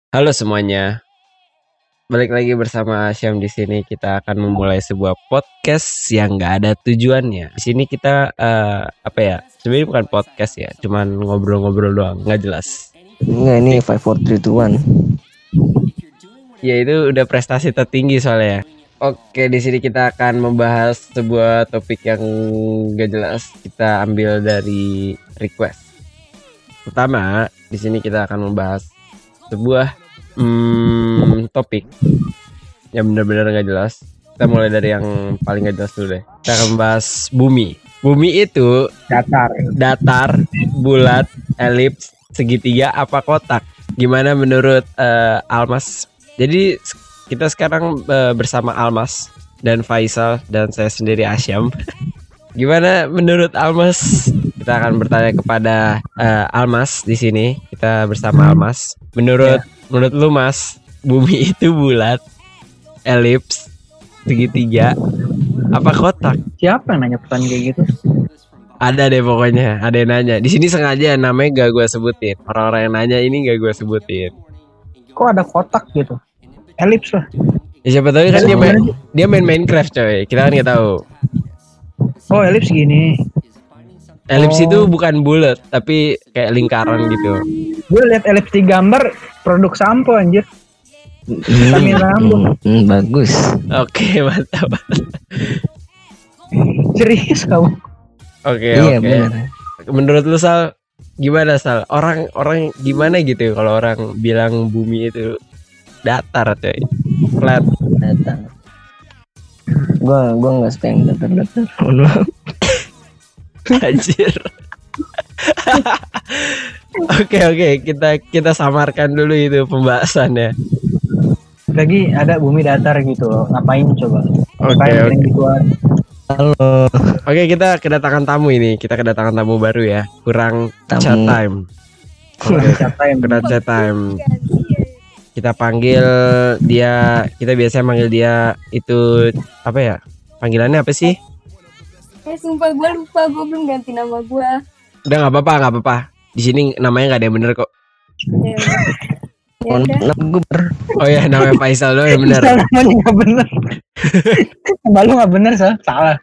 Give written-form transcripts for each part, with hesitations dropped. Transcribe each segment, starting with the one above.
Halo semuanya, balik lagi bersama Syam di sini. Kita akan memulai sebuah podcast yang nggak ada tujuannya. Di sini kita Sebenarnya bukan podcast ya, cuman ngobrol-ngobrol doang, nggak jelas. Enggak, ini 5 4 3 2 1. Ya itu udah prestasi tertinggi soalnya. Oke, di sini kita akan membahas sebuah topik yang nggak jelas. Kita ambil dari request. Pertama, di sini kita akan membahas sebuah topik yang benar-benar nggak jelas. Kita mulai dari yang paling nggak jelas dulu deh. Kita akan membahas bumi. Bumi itu datar, bulat, elips, segitiga, apa kotak? Gimana menurut Almas? Jadi kita sekarang bersama Almas dan Faisal dan saya sendiri Asyam. Gimana menurut Almas? Kita akan bertanya kepada Almas di sini. Kita bersama Almas. Menurut lu Mas, bumi itu bulat, elips, segitiga, apa kotak? Siapa yang nanya pertanyaan kayak gitu? Ada deh pokoknya, ada yang nanya. Di sini sengaja namanya gak gue sebutin. Orang-orang yang nanya ini gak gue sebutin. Kok ada kotak gitu? Elips lah. Ya siapa tahu kan dia main Minecraft coy. Kita kan nggak tahu. Oh, elips gini. Elips itu bukan bulat, tapi kayak lingkaran gitu. Gue liat elips di gambar produk sampo anjir. Vitamin rambut. Bagus. Oke, mantap. Serius kamu? Oke. Benar. Menurut lu Sal, gimana Sal? Orang gimana gitu kalau orang bilang bumi itu datar coy, flat. Datar. Gua nggak suka yang datar. Anjir. Oke, kita samarkan dulu itu pembahasannya. Lagi ada bumi datar gitu loh. Ngapain coba? Oke. Halo. Oke, kita kedatangan tamu ini. Kita kedatangan tamu baru ya. Kurang chat time. Kurang chat time. Kita panggil dia, kita biasanya manggil dia itu apa ya? Panggilannya apa sih? Sumpah gue lupa, gue belum ganti nama gue. Udah nggak apa-apa. Di sini namanya nggak ada yang bener kok. Ya udah. Oh ya, namanya Faisal doang yang bener. Namanya nggak bener. Nama lu nggak bener salah.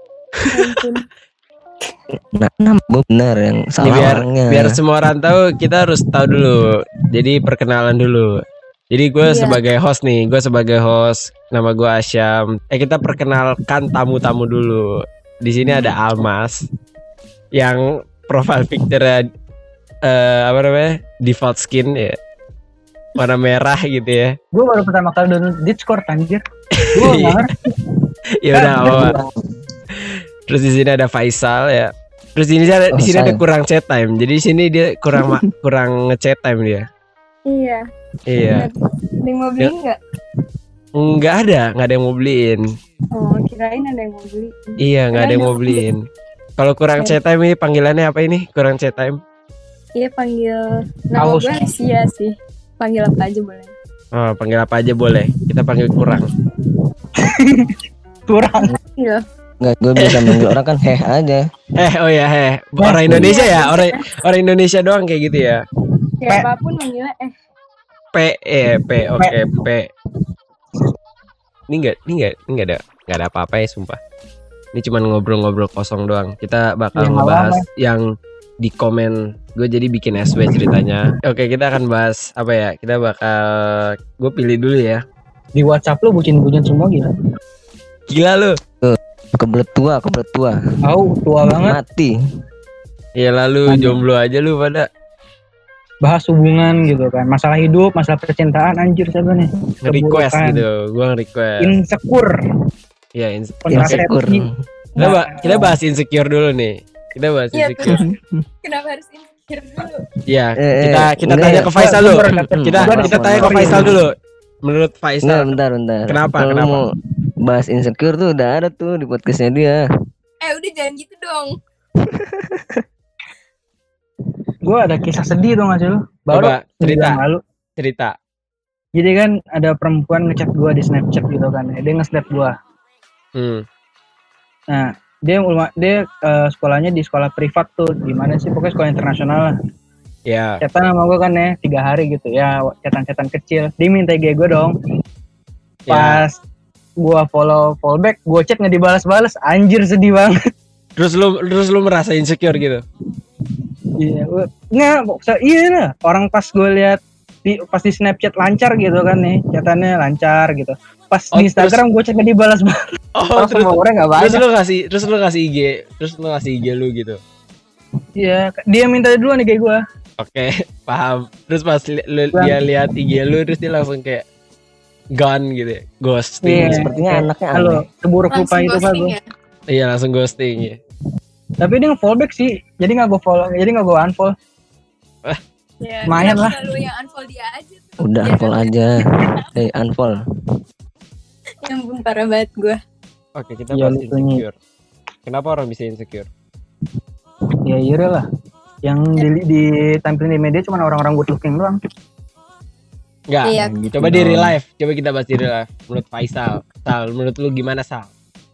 Nama benar yang salah orangnya. Biar semua orang tahu, kita harus tahu dulu. Jadi perkenalan dulu. Jadi gue sebagai host nih, nama gue Asyam. Kita perkenalkan tamu-tamu dulu. Di sini ada Almas yang profile picture default skin ya, warna merah gitu ya. Gue baru pertama kali download Discord anjir. Gue nggak ngerti. Ya udah apa. Terus di sini ada Faisal ya. Terus di sini ada kurang chat time. Jadi di sini dia kurang ngechat time dia. Iya. Iya. Ada yang mau beli nggak? Nggak ada yang mau beliin. Oh, kirain ada yang mau beli. Iya, nggak ada yang mau beliin. Kalau kurang chat time ini panggilannya apa ini? Kurang chat time? Iya, panggil nama gue Alicia sih. Panggil apa aja boleh. Oh, panggil apa aja boleh. Kita panggil kurang. Kurang. Iya. Nggak, gue bisa manggil orang kan aja. Oh ya Orang Indonesia ya, orang Indonesia doang kayak gitu ya. Siapapun manggilnya P. Oke, P. Ini nggak ada apa-apa ya sumpah. Ini cuma ngobrol-ngobrol kosong doang. Kita bakal ngebahas yang di komen. Gue jadi bikin SW ceritanya. Oke, kita akan bahas apa ya? Kita bakal, gue pilih dulu ya. Di WhatsApp lu bucin-bucin semua gila. Gila lu. Kebelet tua. Tua banget. Mati. Ya lalu jomblo aja lu pada. Bahas hubungan gitu kan, masalah hidup, masalah percintaan, anjir siapa nih? Nge-request gitu, gua nge-request. Insecure. Iya, Insecure. Kita bahas insecure dulu nih. Kita bahas insecure. Kenapa harus insecure dulu? Iya, kita tanya ke Faisal dulu. Kita tanya ke Faisal dulu. Menurut Faisal. Bentar. Kenapa? Kalau mau bahas insecure tuh udah ada tuh di podcastnya dia. Udah jangan gitu dong. Gue ada kisah sedih tuh nggak sih lu? Coba cerita. Jadi kan ada perempuan ngechat gue di Snapchat gitu kan, dia nge-snap gue. Nah dia sekolahnya di sekolah privat tuh, gimana sih pokoknya sekolah internasional lah. Ya. Chatan sama gue kan ya 3 hari gitu ya, chatan kecil. Dia minta IG gue dong. Ya. Pas gue follow back, gue chat nggak dibalas-balas, anjir sedih banget. Terus lu merasa insecure gitu. Iya, iya lah. Orang pas gue lihat pas di Snapchat lancar gitu kan nih, chatannya lancar gitu. Pas di Instagram gue chat nggak dibalas-balas. Oh, terus nggak banyak. Terus lu ngasih IG lu gitu. Iya, dia minta duluan nih kayak gue. Oke, paham. Terus pas dia lihat IG lu, terus dia langsung kayak gone gitu ya, ghosting. Iya, Sepertinya anaknya halo, aneh. seburuk rupa itu kan gue. Ya? Iya, langsung ghosting ya. Tapi dia nge-follow back sih, jadi nggak gue follow, jadi nggak gue unfollow. Ya, lumayan lah. Lu yang unfollow dia aja tuh. Udah unfollow aja. Unfollow. Yang parah banget gue. Oke, kita bahas insecure. Kenapa orang bisa insecure? Ya iya lah. Yang ditampilin di media cuma orang-orang good looking doang. Enggak. Iya. Gitu Coba di dong. real life. Coba kita bahas di real life. Menurut Faisal. Sal, menurut lu gimana, Sal?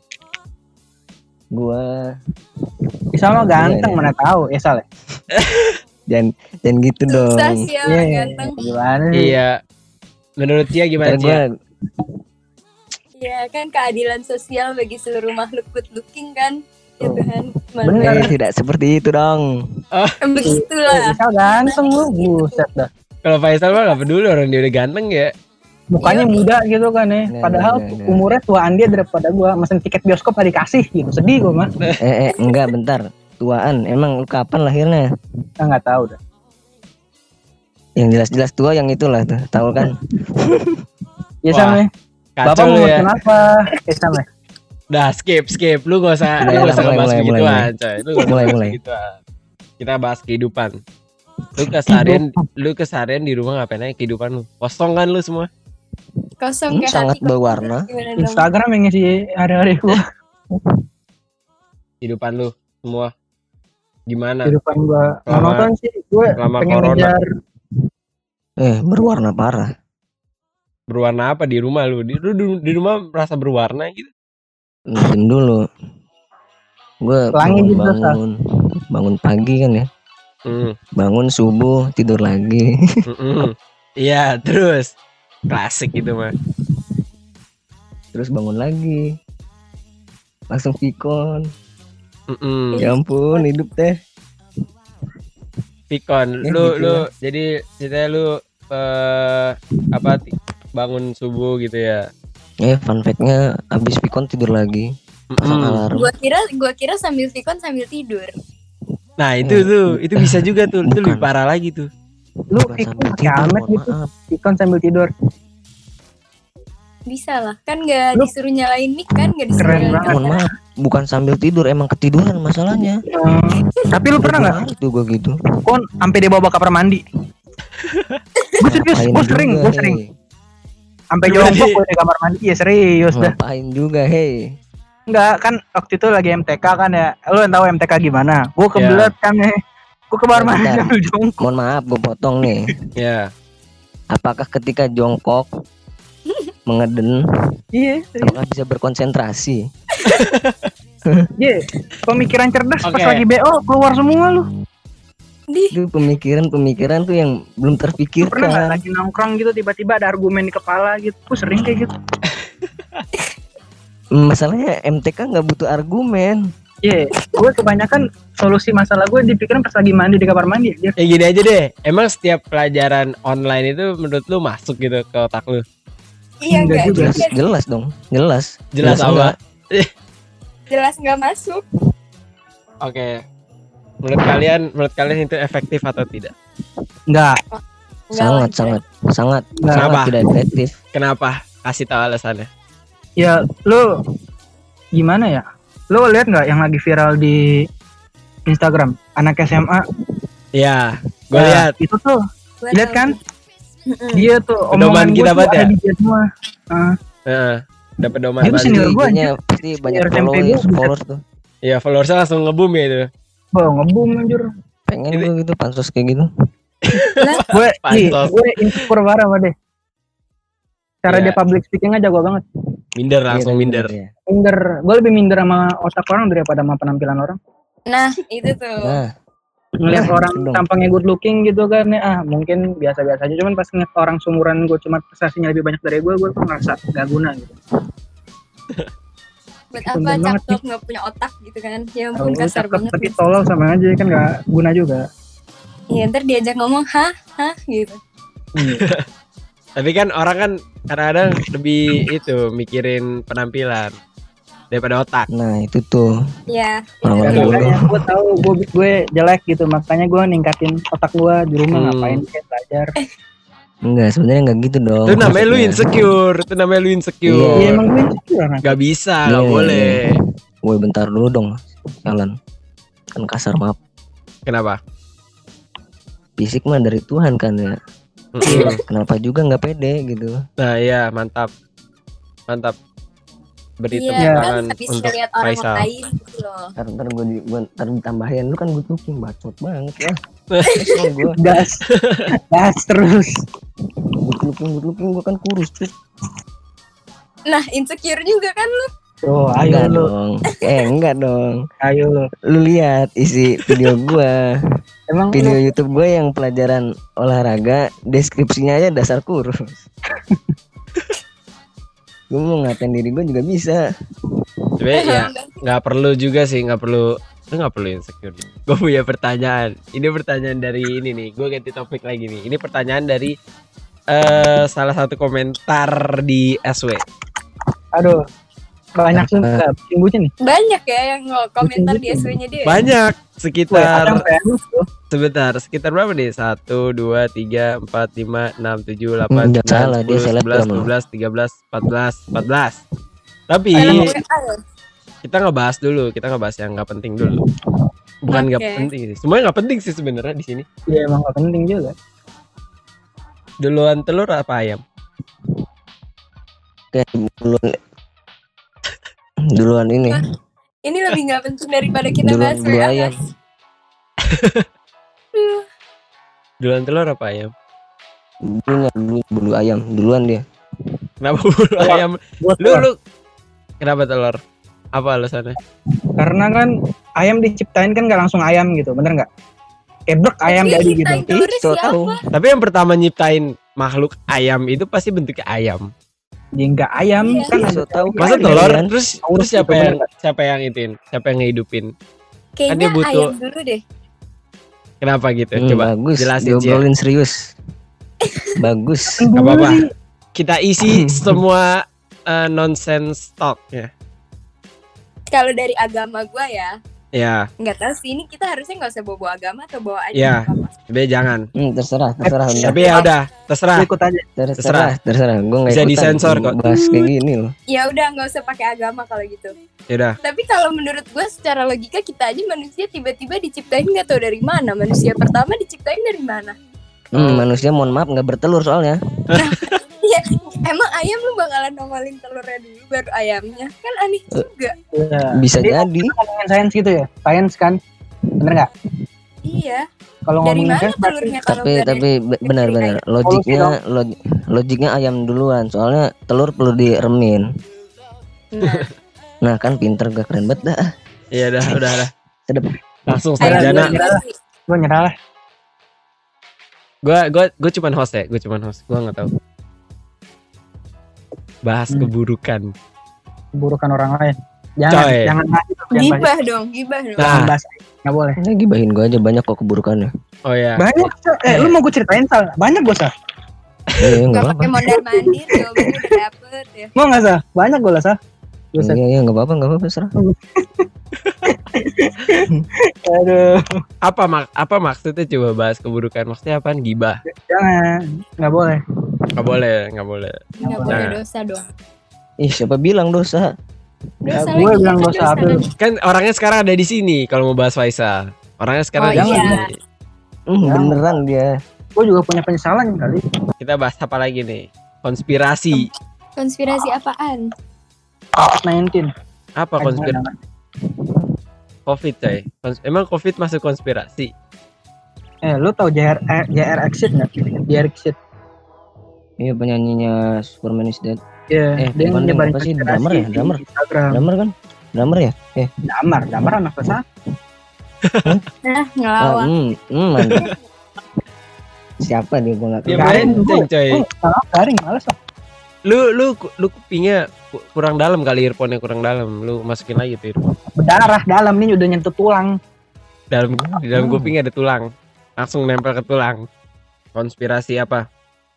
Gua Bisa mah ganteng, mana tahu ya Sal. jangan gitu Susah dong. sih ya orang ganteng. Gimana sih? Iya. Menurut Cia gimana, Ntar Cia? gua Iya kan keadilan sosial bagi seluruh makhluk good looking kan. Ya Oh. Tuhan. Bener. tidak seperti itu dong. Begitulah. Bisa ganteng lu, buset dah. Kalau Faisal mah gak peduli, orang dia udah ganteng ya. Mukanya muda gitu kan ya. Nah, Padahal nah. umurnya tuaan dia daripada gua. Mesen tiket bioskop gak dikasih gitu. Sedih gua mah. Enggak, bentar. Tuaan, emang lu kapan lahirnya? Kita nggak tahu dah. Yang jelas-jelas tua yang itulah tuh, tahu kan? Ya Wah, Sam ya. Bapak Kacau mau lu ya. ngomongin apa? Ya Sam ya. Udah skip. Lu gak usah Udah, ngebahas mulai. begituan, coy. Lu gak usah Mulai. bahas begituan. Kita bahas kehidupan. Lu keseharian di rumah ngapain aja kehidupan lu? Kosong kan lu semua? Kosong kayak Sangat hati kosong. berwarna. Gimana dong? Instagram yang ngisi hari-hari gua. Kehidupan lu semua gimana? Kehidupan gua Selama- nonton sih. Gue selama pengen corona. ngejar. Berwarna parah. Berwarna apa di rumah lu? Di rumah merasa berwarna gitu? Diam dulu. Gue Langit gitu, bangun pagi kan ya. Bangun subuh tidur lagi. Iya, terus klasik gitu mah. Terus bangun lagi. Langsung pikon. Ya Ya ampun, hidup teh. Pikon, Ya, lu gitu lu jadi ceritanya lu bangun subuh gitu ya. Fun fact-nya abis pikon tidur lagi. Pasang alarm. Gua kira sambil pikon sambil tidur. Nah, itu bisa juga tuh. Itu Bukan. lebih parah lagi tuh. Lu Bukan pikir sambil pakai tidur, almet mohon gitu. maaf. Pikon sambil tidur. Bisa lah. Kan gak Lu- disuruh nyalain mic kan, gak disuruh Keren nyalain banget. Mohon maaf, bukan sambil tidur, emang ketiduran masalahnya. Tapi lu pernah nggak? Itu gue gitu. Kon sampai dibawa ke kamar mandi? Gue serius, Ngapain gue sering, juga, gue sering. hei. Sampai Gimana jongkok sih? gue di kamar mandi. Iya serius dah. Ngapain juga, hei. Enggak kan waktu itu lagi MTK kan ya. Lu yang tahu MTK gimana? Gue kebelet kan ya. Gue ke kamar mandi Bentar. sambil jongkok. Mohon maaf, gue potong nih. Ya. Apakah ketika jongkok mengeden, Iya, serius. apakah bisa berkonsentrasi? Iya. Pemikiran cerdas Oke. pas lagi BO keluar semua lu. Itu pemikiran tuh yang belum Lu pernah nggak terpikirkan. lagi nongkrong gitu tiba-tiba ada argumen di kepala gitu? Gue sering kayak gitu. Masalahnya MTK nggak butuh argumen. Iya, gue kebanyakan solusi masalah gue dipikirin pas lagi mandi di kamar mandi aja. Ya gini aja deh. Emang setiap pelajaran online itu menurut lu masuk gitu ke otak lu? Iya Enggak enggak juga. Jelas dong, jelas. Jelas apa? enggak? jelas nggak masuk. Oke. Menurut kalian itu efektif atau tidak? Enggak. Nggak Sangat Kenapa? tidak efektif. Kenapa? Kasih tahu alasannya. Ya lu gimana ya? Lu lihat nggak yang lagi viral di Instagram anak SMA? Iya, gue Nah, lihat. itu tuh Gua lihat tahu. kan? Dia tuh Pedoman omongan kita gue tuh banget ya? ada di dia semua. Dapat doman Itu banget. senior gua, Intinya pasti banyak Senior SMP gua, followers tuh. Iya, followersnya langsung nge-boom ya itu. Oh, ngebum anjir. Pengen gue gitu pansos kayak gitu. Pansos. Gue insecure parah sama deh. Cara Iya. dia public speaking aja jago banget. Minder langsung Iya, minder. iya. Minder. Gue lebih minder sama otak orang daripada sama penampilan orang. Nah itu tuh. Nah, ngeliat orang dong. tampangnya good looking gitu kan ya, mungkin biasa-biasa aja, cuman pas ngeliat orang seumuran gue cuma prestasinya lebih banyak dari gue tuh ngerasa gak guna gitu. Buat apa Bener banget cakep nggak punya otak gitu kan? Ya ampun Lu kasar cakep banget. tapi gitu. tolol sama aja kan gak guna juga. Iya ntar diajak ngomong hah gitu. Tapi kan orang kan kadang-kadang lebih itu mikirin penampilan daripada otak. Nah itu tuh Ya. orang-orang Betul. bodoh. Makanya gue tahu gue jelek gitu, makanya gue ningkatin otak gue di rumah ngapain kayak belajar. Enggak, sebenarnya enggak gitu dong. Itu namanya lu maksudnya. insecure. Itu namanya lu Iya. insecure. Iya emang gue insecure anak. Gak bisa, Iya, gak boleh. Woi bentar dulu dong, jalan. Kan kasar maaf. Kenapa? Fisik mah dari Tuhan kan ya. Mm-mm. Kenapa juga nggak pede gitu? Nah iya, mantap. Mantap. Beri tepuk Iya tangan kan habis untuk lihat orang Faisal. lain gitu loh. Ntar gue ditambahin, lu kan good looking, bacot banget ya. Kesel gue Gas terus. good looking gue kan kurus cuy. Nah insecure juga kan lu. Tuh, ayo Enggak lu, dong, enggak dong. ayo lu. Lu lihat isi video gue, Emang video lu, YouTube gue yang pelajaran olahraga, deskripsinya aja dasar kurus. Gue mau ngatain diri gue juga bisa. Sebenernya ya nggak perlu juga sih, nggak perlu. Lu nggak perlu insecure. Gue punya pertanyaan. Ini pertanyaan dari ini nih. Gue ganti topik lagi nih. Ini pertanyaan dari salah satu komentar di SW. aduh, banyak sumpah, bucin nih. Banyak ya yang komentar di SW-nya dia. Banyak, sekitar Kadang famous tuh. sebentar, sekitar berapa nih? 1 2 3 4 5 6 7 8 Jangan 9 salah, dia 10 selebgram 11 loh. 12 13 14 14. Tapi kita ngebahas dulu, kita ngebahas yang nggak penting dulu. Bukan nggak Oke. penting sih. Semuanya nggak penting sih sebenarnya di sini. Iya emang gak penting juga. Duluan telur apa ayam? Kayak duluan ini. Ini lebih nggak penting daripada kita Duluan bahas bulu WA, ayam. guys. Duluan telur apa ayam? Bulu ayam duluan dia. Kenapa bulu ayam? Gua Lu kenapa telur? Apa alasannya? Karena kan ayam diciptain kan gak langsung ayam gitu, bener nggak? Ebrek ayam Tapi jadi yang gitu. nyiptain telurnya so siapa? tahu. Tapi yang pertama nyiptain makhluk ayam itu pasti bentuknya ayam. Dia nggak ayam Iya. kan So tahu. Masa Kan, telur? kan? Terus Tahu siapa gitu, yang bener siapa yang ituin? Siapa yang ngehidupin? Kayaknya dia butuh- ayam dulu deh. Kenapa gitu? Coba bagus. jelasin, Cia. Diobrolin serius. Bagus. Gak apa-apa. Kita isi semua nonsense talk ya. Kalau dari agama gua ya, Ya, nggak tahu sih ini kita harusnya nggak usah bawa agamah atau bawa aja. Iya. nggak apa-apa. tapi jangan. Terserah. Udah. Tapi ya udah, terserah. Lu ikut aja. Terserah. Gue nggak Bisa ikutan disensor kok. bahas kayak gini loh. Ya udah nggak usah pakai agama kalau gitu. Ya udah. Tapi kalau menurut gue secara logika kita aja manusia tiba-tiba diciptain nggak tahu dari mana. Manusia pertama diciptain dari mana? Manusia mohon maaf nggak bertelur soalnya. Ya emang ayam lu bakalan nongolin telurnya dulu baru ayamnya, kan aneh juga. Iya. Bisa Jadi, jadi. kita ngomongin sains gitu ya, sains kan, bener nggak? Iya. Kalau Dari ngomongin mana sains pasti telurnya kalau Tapi nggak dari- tapi benar-benar logiknya ayam duluan soalnya telur perlu diremin. Nah, Nah kan pinter gak keren banget dah. Iya udah. Sedep. Langsung ayam sarjana. dulu. gue nyerah lah. Gue cuman host ya, gue nggak tahu. Bahas keburukan. Keburukan orang lain. Jangan, Coy. jangan bahas itu, jangan bahas Gibah dong. Nah. itu. Jangan bahas itu. Nggak boleh. Ini gibahin gue aja banyak kok keburukannya. Oh ya. Banyak, Sal. Lu mau gue ceritain Sal? Banyak gue Sal. Iya Gak nggak pakai apa-apa. mondar mandir, jawabannya udah dapet ya. Mau nggak Sal? Banyak gue lah Sal. Buset. Iya nggak apa-apa serah. Aduh, Apa maksudnya coba bahas keburukan? Maksudnya apaan? Gibah? jangan. Nggak boleh. Nggak boleh. Nggak boleh Nah. dosa dong. Ih siapa bilang dosa? Dosa gue lagi, bilang kan dosa apa? lagi. Kan orangnya sekarang ada di sini kalau mau bahas Faisal. Orangnya sekarang Oh, ada di iya. sini. Beneran dia. Gue juga punya penyesalan kali. Kita bahas apa lagi nih? Konspirasi. Konspirasi apaan? COVID-19. Apa konspirasi? Covid coy. Emang Covid masuk konspirasi? Lu tau JR Exit nggak? JR Exit. Iya penyanyinya Superman is Dead. Iya, dia bukan nyebarin apa sih? konspirasi Drummer ya? di Drummer. Instagram. Drummer kan? Drummer ya? Damar anak besar. Ngelawak. Mantap. Siapa nih gua nggak Dia kenal. melenceng coy. Salah garing males lah. Lu kupingnya kurang dalam kali, earphone-nya kurang dalam. Lu masukin lagi tuh earphone. Berdarah dalam ini udah nyentuh tulang. Di dalam kuping ada tulang. Langsung nempel ke tulang. Konspirasi apa?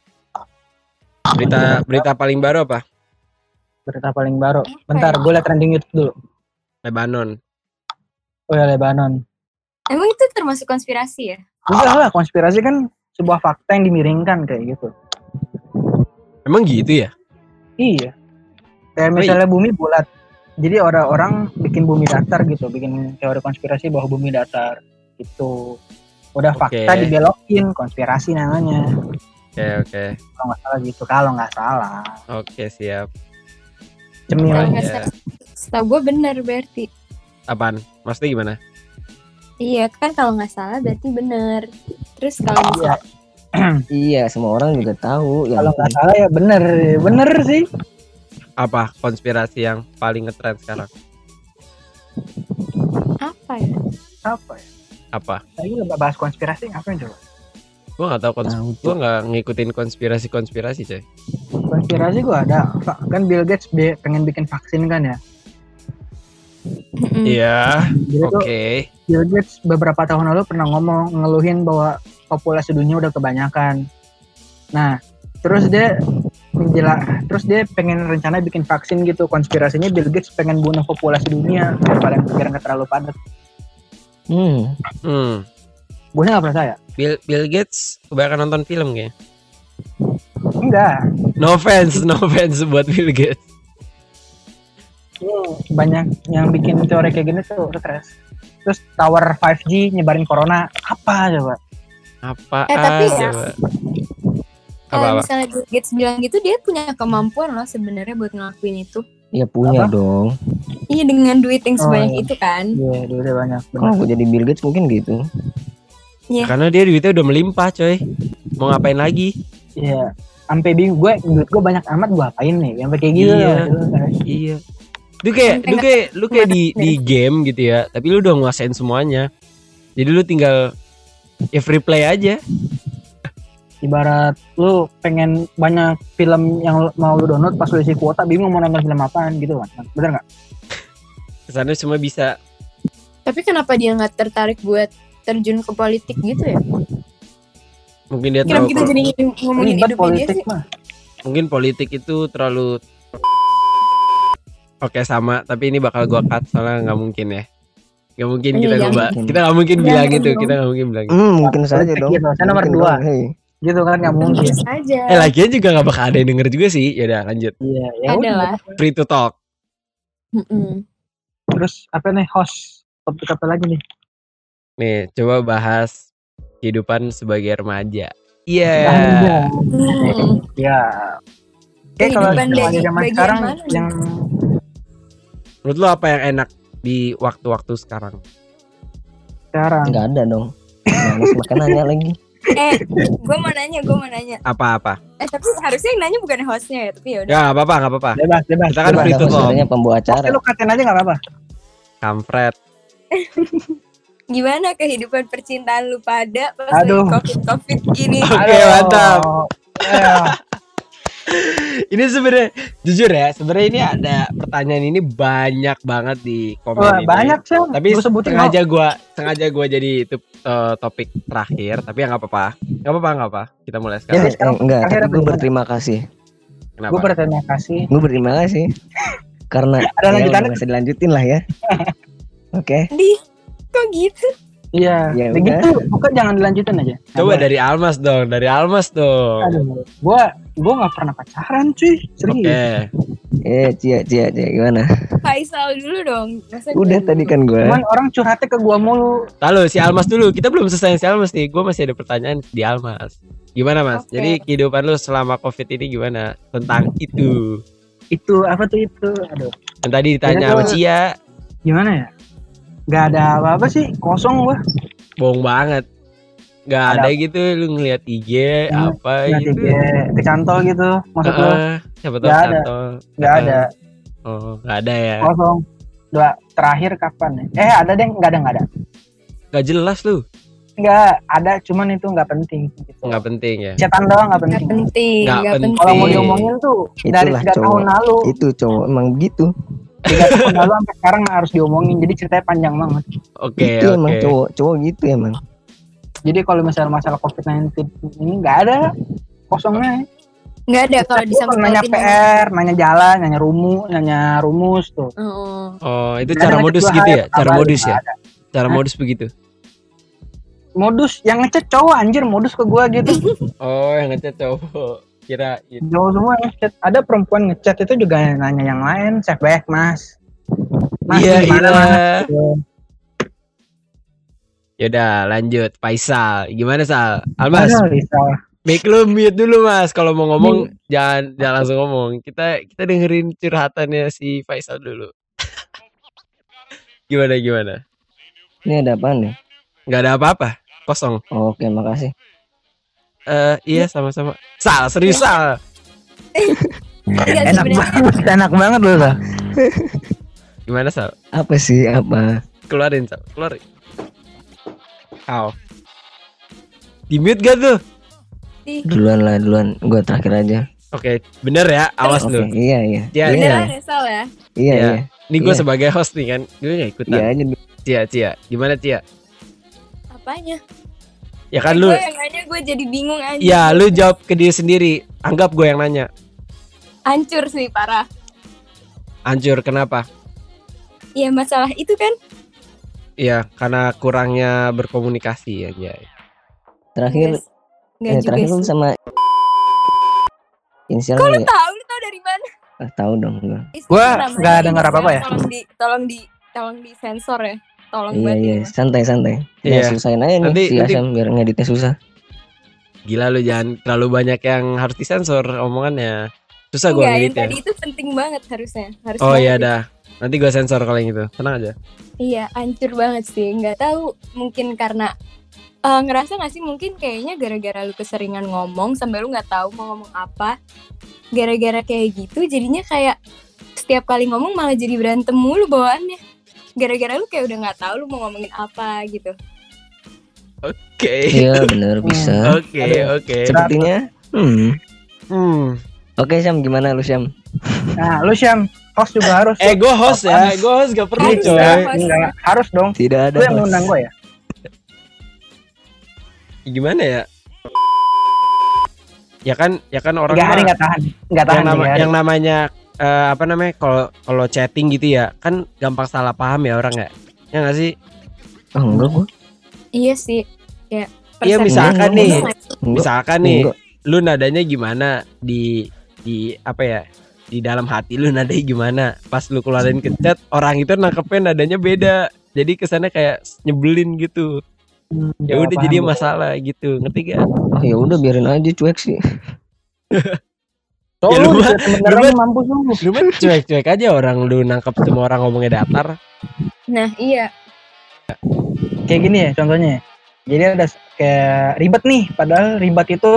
Berita paling baru apa? Berita paling baru. Bentar, gue liat trending YouTube dulu. Lebanon. Oh ya, Lebanon. Emang itu termasuk konspirasi ya? Udah lah, konspirasi kan sebuah fakta yang dimiringkan kayak gitu. Emang gitu ya? Iya. Kayak misalnya bumi bulat. Jadi orang-orang bikin bumi datar gitu, bikin teori konspirasi bahwa bumi datar gitu. Udah fakta dibelokin, konspirasi namanya. Oke. Kalau nggak salah gitu, kalau nggak salah. Oke, siap. Cemil. Kalau nggak salah, setahu gue benar berarti. Apaan? Maksudnya gimana? Iya kan kalau nggak salah berarti benar. Terus kalau misalnya Iya, semua orang juga tahu. Kalau nggak salah ya bener sih. Apa konspirasi yang paling ngetrend sekarang? apa ya? Apa? Tadi nggak bahas konspirasi, ngapain coba? Gua nggak tahu gua nggak ngikutin konspirasi coy. Konspirasi gua ada. Kan Bill Gates pengen bikin vaksin kan ya. Iya. Jadi tuh Bill Gates beberapa tahun lalu pernah ngeluhin bahwa populasi dunia udah kebanyakan. Nah, terus dia pengen rencana bikin vaksin gitu. Konspirasinya Bill Gates pengen bunuh populasi dunia biar nggak terlalu padat. Gue nggak percaya. Bill Gates kebanyakan nonton film kayaknya. Enggak. No offense buat Bill Gates. Banyak yang bikin teori kayak gini tuh stres. Terus tower 5G nyebarin corona apa coba? Tapi ya, apa? Misalnya Bill Gates bilang gitu, dia punya kemampuan loh sebenarnya buat ngelakuin itu. Ya punya dong. Iya, dengan duit yang sebanyak itu kan. Iya, duitnya banyak. Kalau gue jadi Bill Gates mungkin gitu. Iya. Karena dia duitnya udah melimpah coy. Mau ngapain lagi? Iya. Sampai bingung duit gue banyak amat, gue apain nih? Sampai kayak gitu. Iya. Lu kayak di game gitu ya, tapi lu udah nguasain semuanya. Jadi lu tinggal free play aja. Ibarat lu pengen banyak film yang mau lu download, pas lu isi kuota bingung mau nonton film apaan gitu kan. Bener nggak? Kesannya cuma bisa. Tapi kenapa dia nggak tertarik buat terjun ke politik gitu ya? Mungkin dia Kenapa tahu kita jadi ngomongin Ribet hidupnya dia politik sih? mah. mungkin politik itu terlalu. Oke, sama, tapi ini bakal gua cut soalnya nggak mungkin ya. Nggak mungkin kita nggak mungkin bilang itu, kita nggak mungkin bilang. Mungkin saja dong. Gitu. Saya nomor 2. Gitu kan nggak mungkin. Terus aja. Lagian juga nggak bakal ada yang denger juga sih. Ya udah lanjut. Iya, ya Ada udah. lah. Free to talk. Terus apa nih host? Topik apa lagi nih? Nih, coba bahas kehidupan sebagai remaja. Iya. Ya. Oke, kalau Kehidupan zaman bagian sekarang mana nih? yang Menurut lo apa yang enak di waktu-waktu sekarang? Nggak ada dong. Males makan nanya lagi. Gue mau nanya. Apa-apa? Tapi harusnya yang nanya bukan hostnya ya, tapi ya udah. Ya nggak apa-apa. bebas. Kita kan bebas. free to talk. Sebenarnya pembawa Oke, acara. lu katain aja nggak apa-apa. Kampret. Gimana kehidupan percintaan lu pada pas Aduh. lagi covid gini? Oke, mantap. Ya. Ini sebenarnya jujur ya, sebenarnya ini ada pertanyaan ini banyak banget di komen Wah, ini. banyak sih. Tapi Gua sebutin sengaja gua jadi itu topik terakhir, tapi ya nggak apa-apa. Kita mulai sekarang. Jadi sekarang Enggak, terakhir tapi apa gue gimana? berterima kasih. Kenapa? Gue berterima kasih. Gue berterima kasih. Karena Ada lanjutannya? udah bisa dilanjutin lah ya. Oke. Kok gitu? Iya. Ya Begitu. Bukan jangan dilanjutin aja. Coba dari Almas dong. Aduh. Gue nggak pernah pacaran cuy. Serius. Oke. Cia gimana? Faisal dulu dong. Masa Udah gue tadi kan gue. Cuman orang curhatnya ke gue mulu. Lalu si Almas dulu. Kita belum selesai si Almas nih. Gue masih ada pertanyaan di Almas. Gimana Mas? Oke. Jadi kehidupan lu selama Covid ini gimana? Tentang itu. Itu apa tuh itu? Aduh. Yang tadi ditanya sama Cia. Gimana ya? Gak ada apa-apa sih. Kosong gue. Bohong banget. Gak ada gitu lu ngeliat IG apa Nanti gitu. kecantol gitu. Maksud lu? Siapa tahu Nggak ada. cantol. Gak ada. Oh, gak ada ya. Kosong. Terakhir kapan ya? Ada deh. Gak ada. Gak jelas lu. Enggak, ada cuman itu enggak penting gitu. Nggak penting ya. Chatan doang enggak Nggak penting. penting, Nggak nggak penting. penting. Kalau mau diomongin tuh dari Itulah 3 tahun lalu, Itu cowok emang begitu. 3 tahun lalu sampai sekarang harus diomongin. Jadi ceritanya panjang banget. Oke, Itu emang oke. cowok gitu emang. Jadi kalau misalnya masalah COVID-19 ini enggak ada kosongnya. Nggak ada kalau Gua disangkut nanya pautin. PR, nanya jalan, nanya rumus tuh. Oh. Oh, itu Ada cara ngechat modus dua gitu hari, ya? Cara kabar modus juga ya? ada. Cara Hah? modus begitu. Modus yang ngechat cowok anjir, modus ke gua gitu. Oh, yang ngechat cowok. Kirain. Cowok semua ngechat. Ada perempuan ngechat itu juga nanya yang lain, safe back, Mas. Mas Iya, gimana, iya. Mas? Gitu. Yaudah, lanjut. Faisal, gimana Sal? Almas, Aduh, bisa. make lu mute dulu Mas. Kalau mau ngomong jangan langsung ngomong. Kita dengerin curhatannya si Faisal dulu. Gimana? Ini ada apaan nih? Nggak ada apa-apa. Kosong. Oke, makasih. Iya sama-sama. Sal, serius Sal. Enggak, Enak sebenarnya banget loh. Sal. Gimana Sal? Apa sih? Apa? Keluarin Sal, keluarin. Aw. Di mute gak tuh? Duluan. Gua terakhir aja. Oke, bener ya, awas Oke, lu. iya. Cia, beneran ya Sal ya. Iya. Ini gue Iya. sebagai host nih kan, gue gak ikutan. Iya aja. Cia, gimana Cia? Apanya? Ya kan lu, Gue yang nanya gue jadi bingung aja. ya lu jawab ke diri sendiri. Anggap gue yang nanya. Hancur sih parah. Hancur, kenapa? Iya masalah itu kan. Iya, karena kurangnya berkomunikasi ya. Terakhir Enggak juga terakhir lu sih. sama inisial Kok lu ya? tahu? Lu tahu dari mana? Tahu dong gua. Gua Namanya nggak dengar inisial, apa-apa ya. Tolong di sensor ya. Tolong Iya, banget. ya. santai. Iya. Ya, selesain aja nih Nanti- si nanti- Asyam biar ngeditnya susah. Gila lu, jangan terlalu banyak yang harus disensor omongannya. Susah gue Enggak, yang ngeditnya. tadi itu penting banget harusnya. Harus Oh banget iya itu. dah. Nanti gue sensor kalau yang itu. Tenang aja. Iya, hancur banget sih. Nggak tahu, mungkin karena ngerasa nggak sih mungkin kayaknya gara-gara lu keseringan ngomong sampai lu nggak tahu mau ngomong apa. Gara-gara kayak gitu, jadinya kayak setiap kali ngomong malah jadi berantem mulu bawaannya. Gara-gara lu kayak udah nggak tahu lu mau ngomongin apa gitu. Oke. Iya, bener bisa. Oke. Sepertinya. Hmm. Oke, Syam, gimana lu, Syam? Nah, lu Syam, host juga harus. Gue host ya. Gue host gak perlu Harus coy. ya. Enggak, harus dong. Tidak ada. Lu yang host. ngundang gue ya. Gimana ya? Ya kan orang 3 hari mah enggak tahan. yang namanya apa namanya kalau chatting gitu ya kan gampang salah paham ya orang ya nggak sih? Oh, enggak gua. Iya sih. Ya, Iya, persepsi misalkan ngomong nih. nggak sih? Enggak. Misalkan nih Enggak. lu nadanya gimana di apa ya, di dalam hati lu nadanya gimana, pas lu keluarin ke chat orang itu nangkepnya nadanya beda, jadi kesannya kayak nyebelin gitu. Ya udah jadi masalah gitu, ngerti gak? Oh, ya udah biarin aja cuek sih. Oh, Ya, lu lu mah- sebenarnya mampus lu. Lu mah cuek-cuek aja, orang lu nangkep semua orang ngomongnya datar. Nah, iya. Kayak gini ya contohnya. Jadi ada kayak ribet nih, padahal ribet itu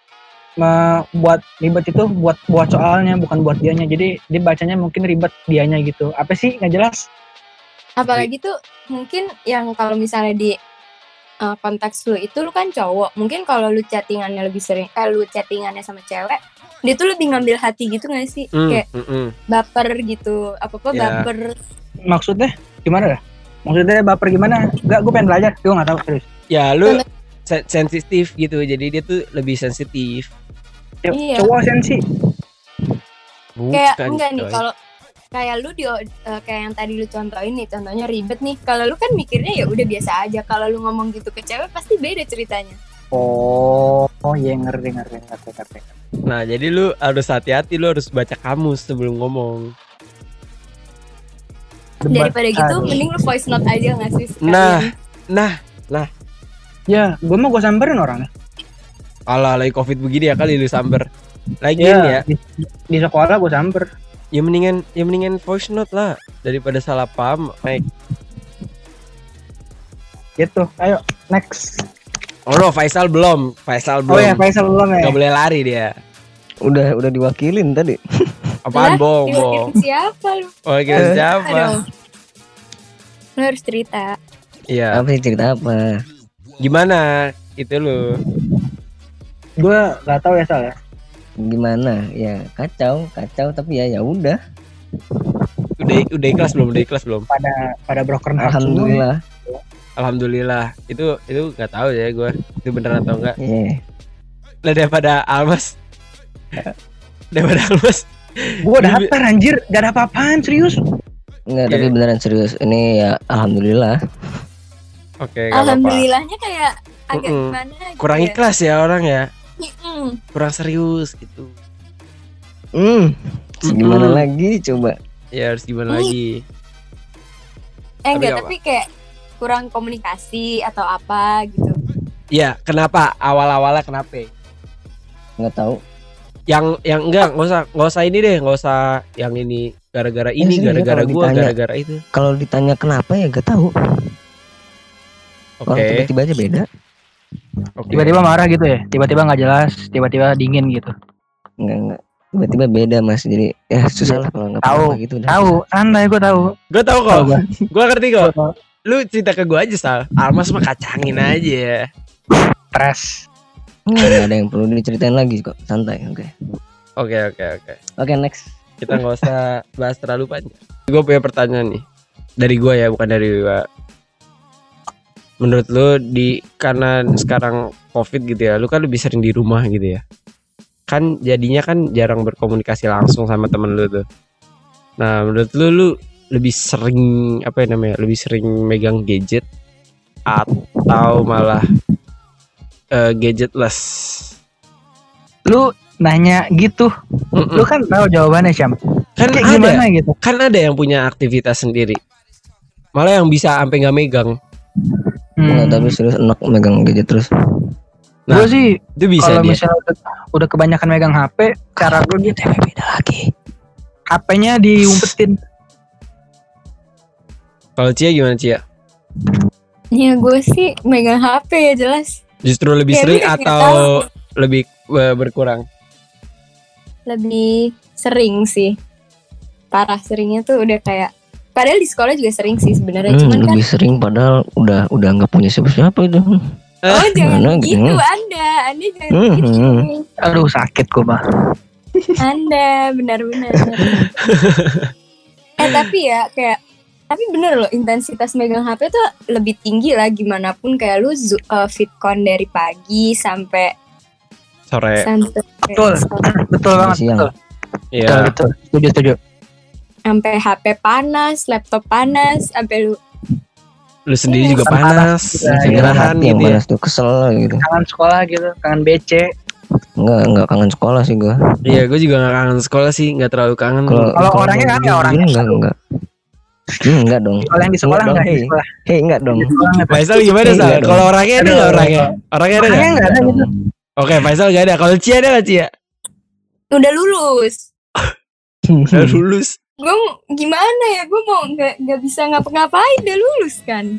buat soalnya bukan buat dianya. Jadi dia bacanya mungkin ribet dianya gitu. Apa sih nggak jelas? Apalagi tuh mungkin yang kalau misalnya di konteks lu itu lu kan cowok, mungkin kalau lu chattingannya lebih sering lu chattingannya sama cewek, dia tuh lebih ngambil hati gitu gak sih? Kayak baper gitu, apa-apa Ya. baper. Maksudnya gimana dah? Maksudnya baper gimana? Enggak, gue pengen belajar. Gue nggak tahu serius. Ya lu sensitif gitu, jadi dia tuh lebih sensitif. Iya. Cowok sensi. Kayak Bukan, enggak nih coy. kalau kayak lu kayak yang tadi lu contohin nih, contohnya ribet nih. Kalau lu kan mikirnya ya udah biasa aja. Kalau lu ngomong gitu ke cewek pasti beda ceritanya. Oh, iya ngerti. Nah jadi lu harus hati-hati, lu harus baca kamus sebelum ngomong. Daripada gitu Aduh. mending lu voice note aja nggak sih sekalian. Nah, Ya, gue mau gue samperin orangnya. kalau lagi covid begini ya kali lu samber. Lagi Iya, ya, di sekolah gue samper. ya mendingan voice note lah daripada salah paham. Mike. Gitu. Ayo, next. Oh no, Faisal belum. Oh ya, Faisal belum ya. Gak boleh lari dia. Udah diwakilin tadi. Apaan Lah, bohong? diwakilin siapa lu? Oh kira siapa? Aduh. Lu harus cerita. Iya. Apa sih, cerita apa? Gimana itu lu? Gue nggak tahu ya Sal ya. Gimana? Ya kacau tapi ya udah. Udah ikhlas belum? Pada broken heart semua. Alhamdulillah. Alhamdulillah. Itu nggak tahu ya gue itu beneran atau enggak. Iya. Lah daripada Almas. Gue udah daftar anjir, gak ada apa-apaan serius. Enggak, Iya. tapi beneran serius. Ini ya alhamdulillah. Oke, nggak apa-apa. Alhamdulillahnya kayak agak Mm-mm. gimana gitu. Kurang ikhlas ya orang ya. Mm-mm. Kurang serius gitu. Gimana Mm-mm. lagi coba? Ya harus gimana lagi? Enggak, apa? tapi kayak kurang komunikasi atau apa gitu. Ya, kenapa? Awal-awalnya kenapa? Nggak tahu. Yang enggak usah ini deh, nggak usah yang ini gara-gara ini, serius, gara-gara kalau gua, ditanya. gara-gara itu. Kalau ditanya kenapa ya nggak tahu. Orang Oke. tiba-tiba aja beda. Oke. Tiba-tiba marah gitu ya, tiba-tiba nggak jelas, tiba-tiba dingin gitu. Enggak. Tiba-tiba beda Mas. Jadi ya susah lah kalau nggak Tahu. apa gitu. Tahu, santai gue tahu. Gue tahu kok. Tahu gua. Gua ngerti kok. Gua tahu. Lu cerita ke gua aja, Sal. Almas mah kacangin aja. Stres. Nggak ada yang perlu diceritain lagi kok. Santai. Oke. Oke, Next. kita nggak usah bahas terlalu panjang. Gue punya pertanyaan nih dari gua ya, bukan dari gua. Menurut lu karena sekarang COVID gitu ya, lu kan lebih sering di rumah gitu ya, kan jadinya kan jarang berkomunikasi langsung sama temen lu tuh. Nah, menurut lu lebih sering lebih sering megang gadget atau malah gadgetless? Lu nanya gitu, lu kan tahu jawabannya Syam. Kan Kayak ada, gimana gitu? kan ada yang punya aktivitas sendiri, malah yang bisa sampai nggak megang. Enggak, tapi serius enak megang gadget terus. Nah, Gue sih Itu bisa kalau dia. misalnya udah kebanyakan megang HP, cara gue gitu, Beda lagi. HP-nya diumpetin. Kalau Cia gimana, Cia? Ya gue sih megang HP ya jelas. Justru lebih Ya, sering gue nggak atau lebih berkurang? Lebih sering sih. Parah seringnya tuh udah kayak. Padahal di sekolah juga sering sih sebenarnya. Cuman kan Lebih sering padahal udah nggak punya siapa-siapa itu. oh jangan Mana gitu gitu? Anda jangan gitu. Aduh sakit gue mah. Anda benar-benar. Tapi ya kayak tapi bener loh intensitas megang HP tuh lebih tinggi lah gimana pun kayak lu fitcon dari pagi sampai Sore. Betul. Betul banget. Siang. Betul. Iya. Betul. Setuju. sampai HP panas, laptop panas, sampai Lu sendiri juga Panas. panas. Iya, Kegerahan Hati yang gitu ya. panas tuh kesel gitu. Kangen sekolah gitu, kangen BC. Enggak kangen sekolah sih gua. Iya, gue juga gak kangen sekolah sih, gak terlalu kangen. Kalau orangnya kan ya orangnya. Enggak. Enggak dong. Kalau yang di sekolah Enggak enggak dong, di sekolah. Hei, enggak dong. Di sekolah nggak. Faisal gimana, Iya, Sal? dong. Kalau orangnya ada nggak orangnya? Orangnya ada Orangnya nggak? nggak ada gitu. Oke, Faisal gak ada. Kalau Cia ada nggak, Cia? udah lulus. Udah lulus. Gue gimana ya? Gue mau nggak bisa ngapa-ngapain udah lulus kan?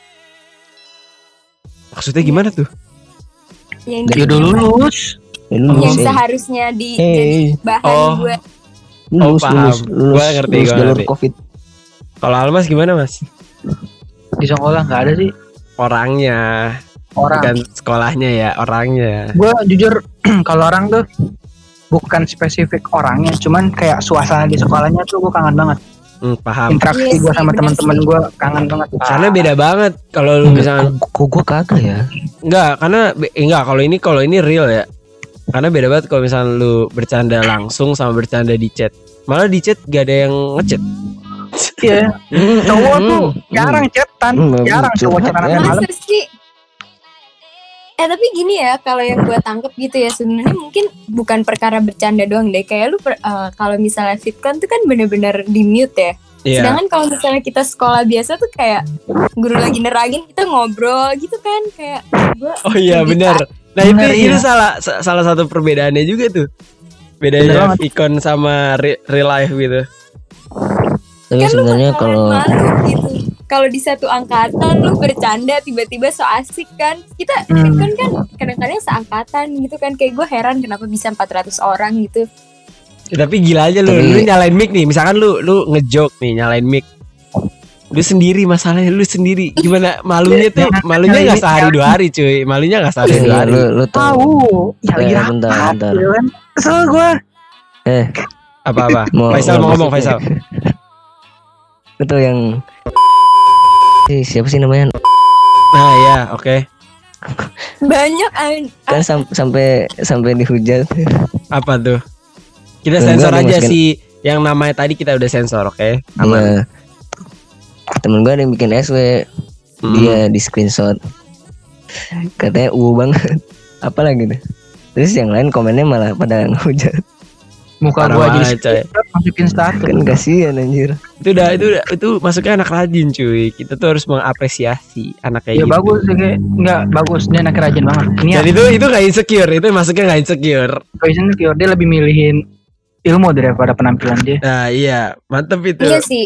Maksudnya gimana tuh? Yang Ya udah lulus. yang seharusnya jadi bahan Oh. buat Lulus, paham. lulus Gua ngerti, gua jalur ngerti. COVID. Kalau Almas gimana, Mas? Di sekolah nggak ada sih Orangnya, orang. bukan sekolahnya ya, orangnya. Gue jujur kalau orang tuh bukan spesifik orangnya, cuman kayak suasana di sekolahnya tuh gue kangen banget. Paham. Interaksi Iya gue sih, sama bener teman-teman sih. gue kangen banget. Karena beda banget kalau lu misalnya Kok gua kagak ya? enggak, kalau ini real ya. Karena beda banget kalau misalnya lu bercanda langsung sama bercanda di chat. Malah di chat gak ada yang ngechat. Iya, cowok tuh jarang chatan, Hmm, jarang cowok curhat chatan ya. malam. masa sih? Tapi gini ya, kalau yang gue tangkep gitu ya sebenarnya mungkin bukan perkara bercanda doang deh. Kayak lu kalau misalnya fitcon tuh kan bener-bener di mute ya. Iya. Sedangkan kalau misalnya kita sekolah biasa tuh kayak guru lagi nerangin kita ngobrol gitu kan kayak gua Oh iya lebih benar. Nah Bener, itu iya. salah satu perbedaannya juga tuh. Bener Bedanya banget. Vicon sama real life gitu. Tapi kan lu sebenarnya bakalan kalau malu gitu. Kalau di satu angkatan lu bercanda tiba-tiba so asik kan. Kita fitcon kan kadang-kadang seangkatan gitu kan. Kayak gue heran kenapa bisa 400 orang gitu. Ya, tapi gila aja lu Tapi- nyalain mic nih. Misalkan lu nge-joke nih nyalain mic. Lu sendiri masalahnya, lu sendiri. Gimana malunya tuh? Malunya nggak sehari 2 hari cuy. Malunya nggak sehari 2 hari. Lu tahu. Ya lagi rapat. Bentar. Kesel gue. Apa? Faisal mau ngomong, Faisal. Itu yang siapa sih namanya? Nah ya, oke. Banyak Kan sampai dihujat. Apa tuh? Kita Enggak, sensor aja dimasukin. sih. Yang namanya tadi kita udah sensor, oke? Aman. Iya. Temen gue ada yang bikin SW, dia di screenshot, katanya banget. Apa lagi tuh? Terus yang lain komennya malah pada ngehujat. Muka Parah gue banget, jadi coy. masukin status. Kan kasihan anjir. Itu masuknya anak rajin cuy. Kita tuh harus mengapresiasi anak kayak Ya gitu. bagus sih, kayak nggak bagus, dia anak rajin banget. Ini Dan itu nggak insecure, itu masuknya nggak insecure. dia lebih milihin ilmu daripada penampilan dia. Nah iya, mantep itu. Iya sih.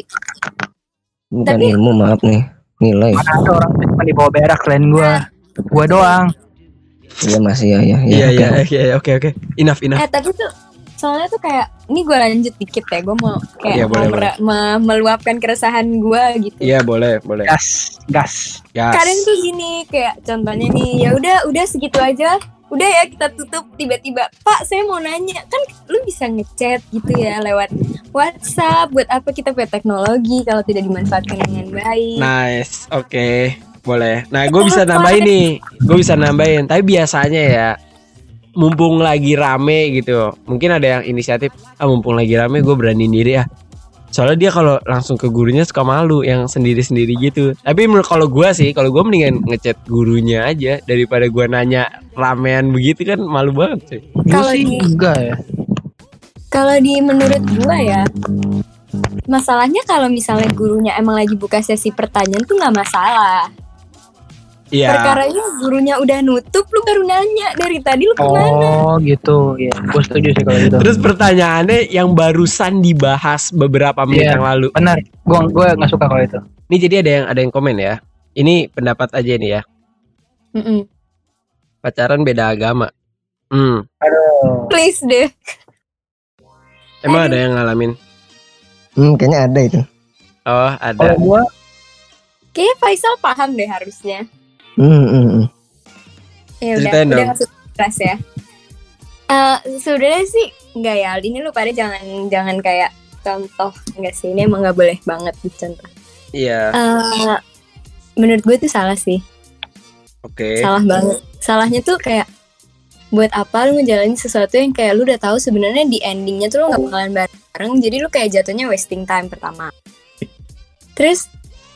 Bukan Tapi- ilmu, maaf nih, nilai. Mana ada orang cuma di bawah berak selain gua doang. Iya masih ya. Iya, oke. Enough. Tapi tuh soalnya tuh kayak ini gue lanjut dikit ya, gue mau kayak Iya, mau boleh. meluapkan keresahan gue gitu. Iya boleh. Gas. Kadang tuh gini kayak contohnya nih, ya udah segitu aja, udah ya kita tutup, tiba-tiba Pak saya mau nanya, kan lu bisa ngechat gitu ya lewat WhatsApp, buat apa kita pakai teknologi kalau tidak dimanfaatkan dengan baik. Nice, oke, boleh. Nah gue bisa nambahin nih, tapi biasanya ya mumpung lagi rame gitu, mungkin ada yang inisiatif, mumpung lagi rame gue beraniin diri ya. Soalnya dia kalau langsung ke gurunya suka malu yang sendiri-sendiri gitu. Tapi kalau gue mendingan ngechat gurunya aja daripada gue nanya ramean begitu, kan malu banget sih. Kalau Gua sih di- enggak ya. Kalau di menurut gue ya, masalahnya kalau misalnya gurunya emang lagi buka sesi pertanyaan tuh nggak masalah. Iya. Perkaranya gurunya udah nutup, lu baru nanya dari tadi lu kemana? Oh gitu ya, gue setuju sih kalau gitu. Terus pertanyaannya yang barusan dibahas beberapa menit Iya. yang lalu. Benar, gue nggak suka kalau itu. Ini jadi ada yang komen ya. Ini pendapat aja nih ya. Mm-mm. Pacaran beda agama. Please deh. Emang Aduh. ada yang ngalamin? Kayaknya ada itu. Oh, Kalau ada. gue Kayaknya Faisal paham deh harusnya. Ya udah, Ceritain dong. nggak usah keras ya. Sebenarnya sih enggak ya. Ini lu pada jangan kayak contoh, enggak sih, ini emang nggak boleh banget dicontoh. Iya, Menurut gue itu salah sih, oke. salah banget. Salahnya tuh kayak buat apa lu ngejalanin sesuatu yang kayak lu udah tahu sebenarnya di endingnya tuh lu nggak bakalan bareng, jadi lu kayak jatuhnya wasting time pertama. Terus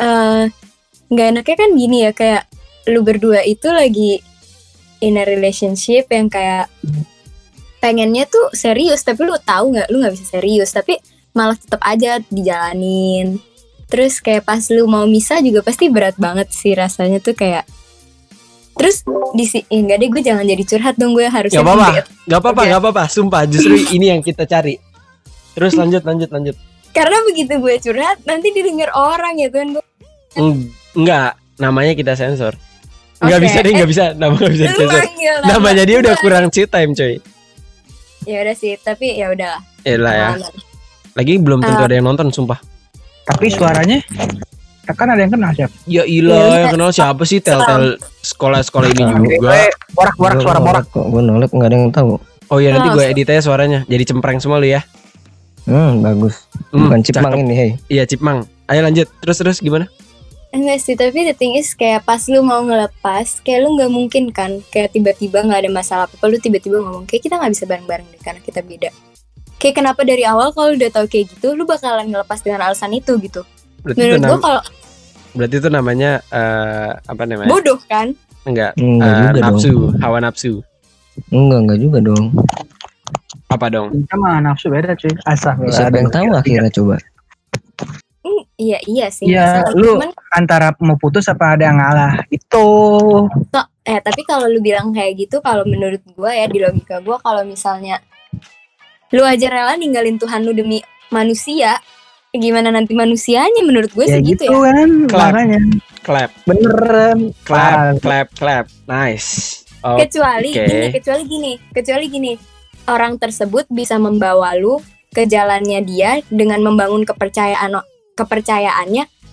nggak enaknya kan gini ya, kayak lu berdua itu lagi in a relationship yang kayak pengennya tuh serius, tapi lu tahu nggak lu nggak bisa serius, tapi malah tetap aja dijalanin. Terus kayak pas lu mau misah juga pasti berat banget sih rasanya tuh kayak. Terus enggak deh, gue jangan jadi curhat dong, gue harusnya Gak apa-apa. Sumpah, justru ini yang kita cari. Terus lanjut. karena begitu gue curhat nanti didengar orang ya kan. Enggak, namanya kita sensor. Enggak Oke. bisa deh, enggak bisa. Nama enggak bisa Lu sensor. manggil Namanya dia udah nama. kurang cheat time, coy. Ya udah sih, tapi ya udahlah. Elah ya. Pengalaman. Lagi belum tentu ada yang nonton, sumpah. tapi suaranya kan ada yang kenal siapa? Ya Iya, ilah, yang kenal siapa sih tel sekolah-sekolah ini juga. Borak suara borak. Kok gue nolep nggak ada yang tahu. Oh iya, nanti gue edit aja suaranya. Jadi cempreng semua lu ya. Bagus. Bukan cipmang cakep. ini, hey. Iya, cipmang. Ayo lanjut. Terus gimana? Enggak sih, tapi the thing is kayak pas lu mau ngelepas, kayak lu nggak mungkin kan, kayak tiba-tiba nggak ada masalah apa, lu tiba-tiba ngomong kayak kita nggak bisa bareng-bareng deh karena kita beda. Kayak kenapa dari awal kalau udah tahu kayak gitu, lu bakalan ngelepas dengan alasan itu gitu. Menurut gua kalau Berarti itu namanya apa namanya? bodoh kan, Enggak. Enggak juga dong. Nafsu, hawa nafsu. Enggak juga dong. Apa dong? Sama nafsu beda cuy. Siapa yang tahu akhirnya coba. iya sih. Iya, masalah. lu Cuman, antara mau putus apa ada yang ngalah itu. tapi kalau lu bilang kayak gitu, kalau menurut gua ya di logika gua, kalau misalnya lu aja rela ninggalin Tuhan lu demi manusia, gimana nanti manusianya? Menurut gue Ya sih gitu gitu ya. kan, Clap. makanya Clap, beneran. clap. Nice. Oh, Kecuali oke. kecuali gini, orang tersebut bisa membawa lu ke jalannya dia dengan membangun kepercayaannya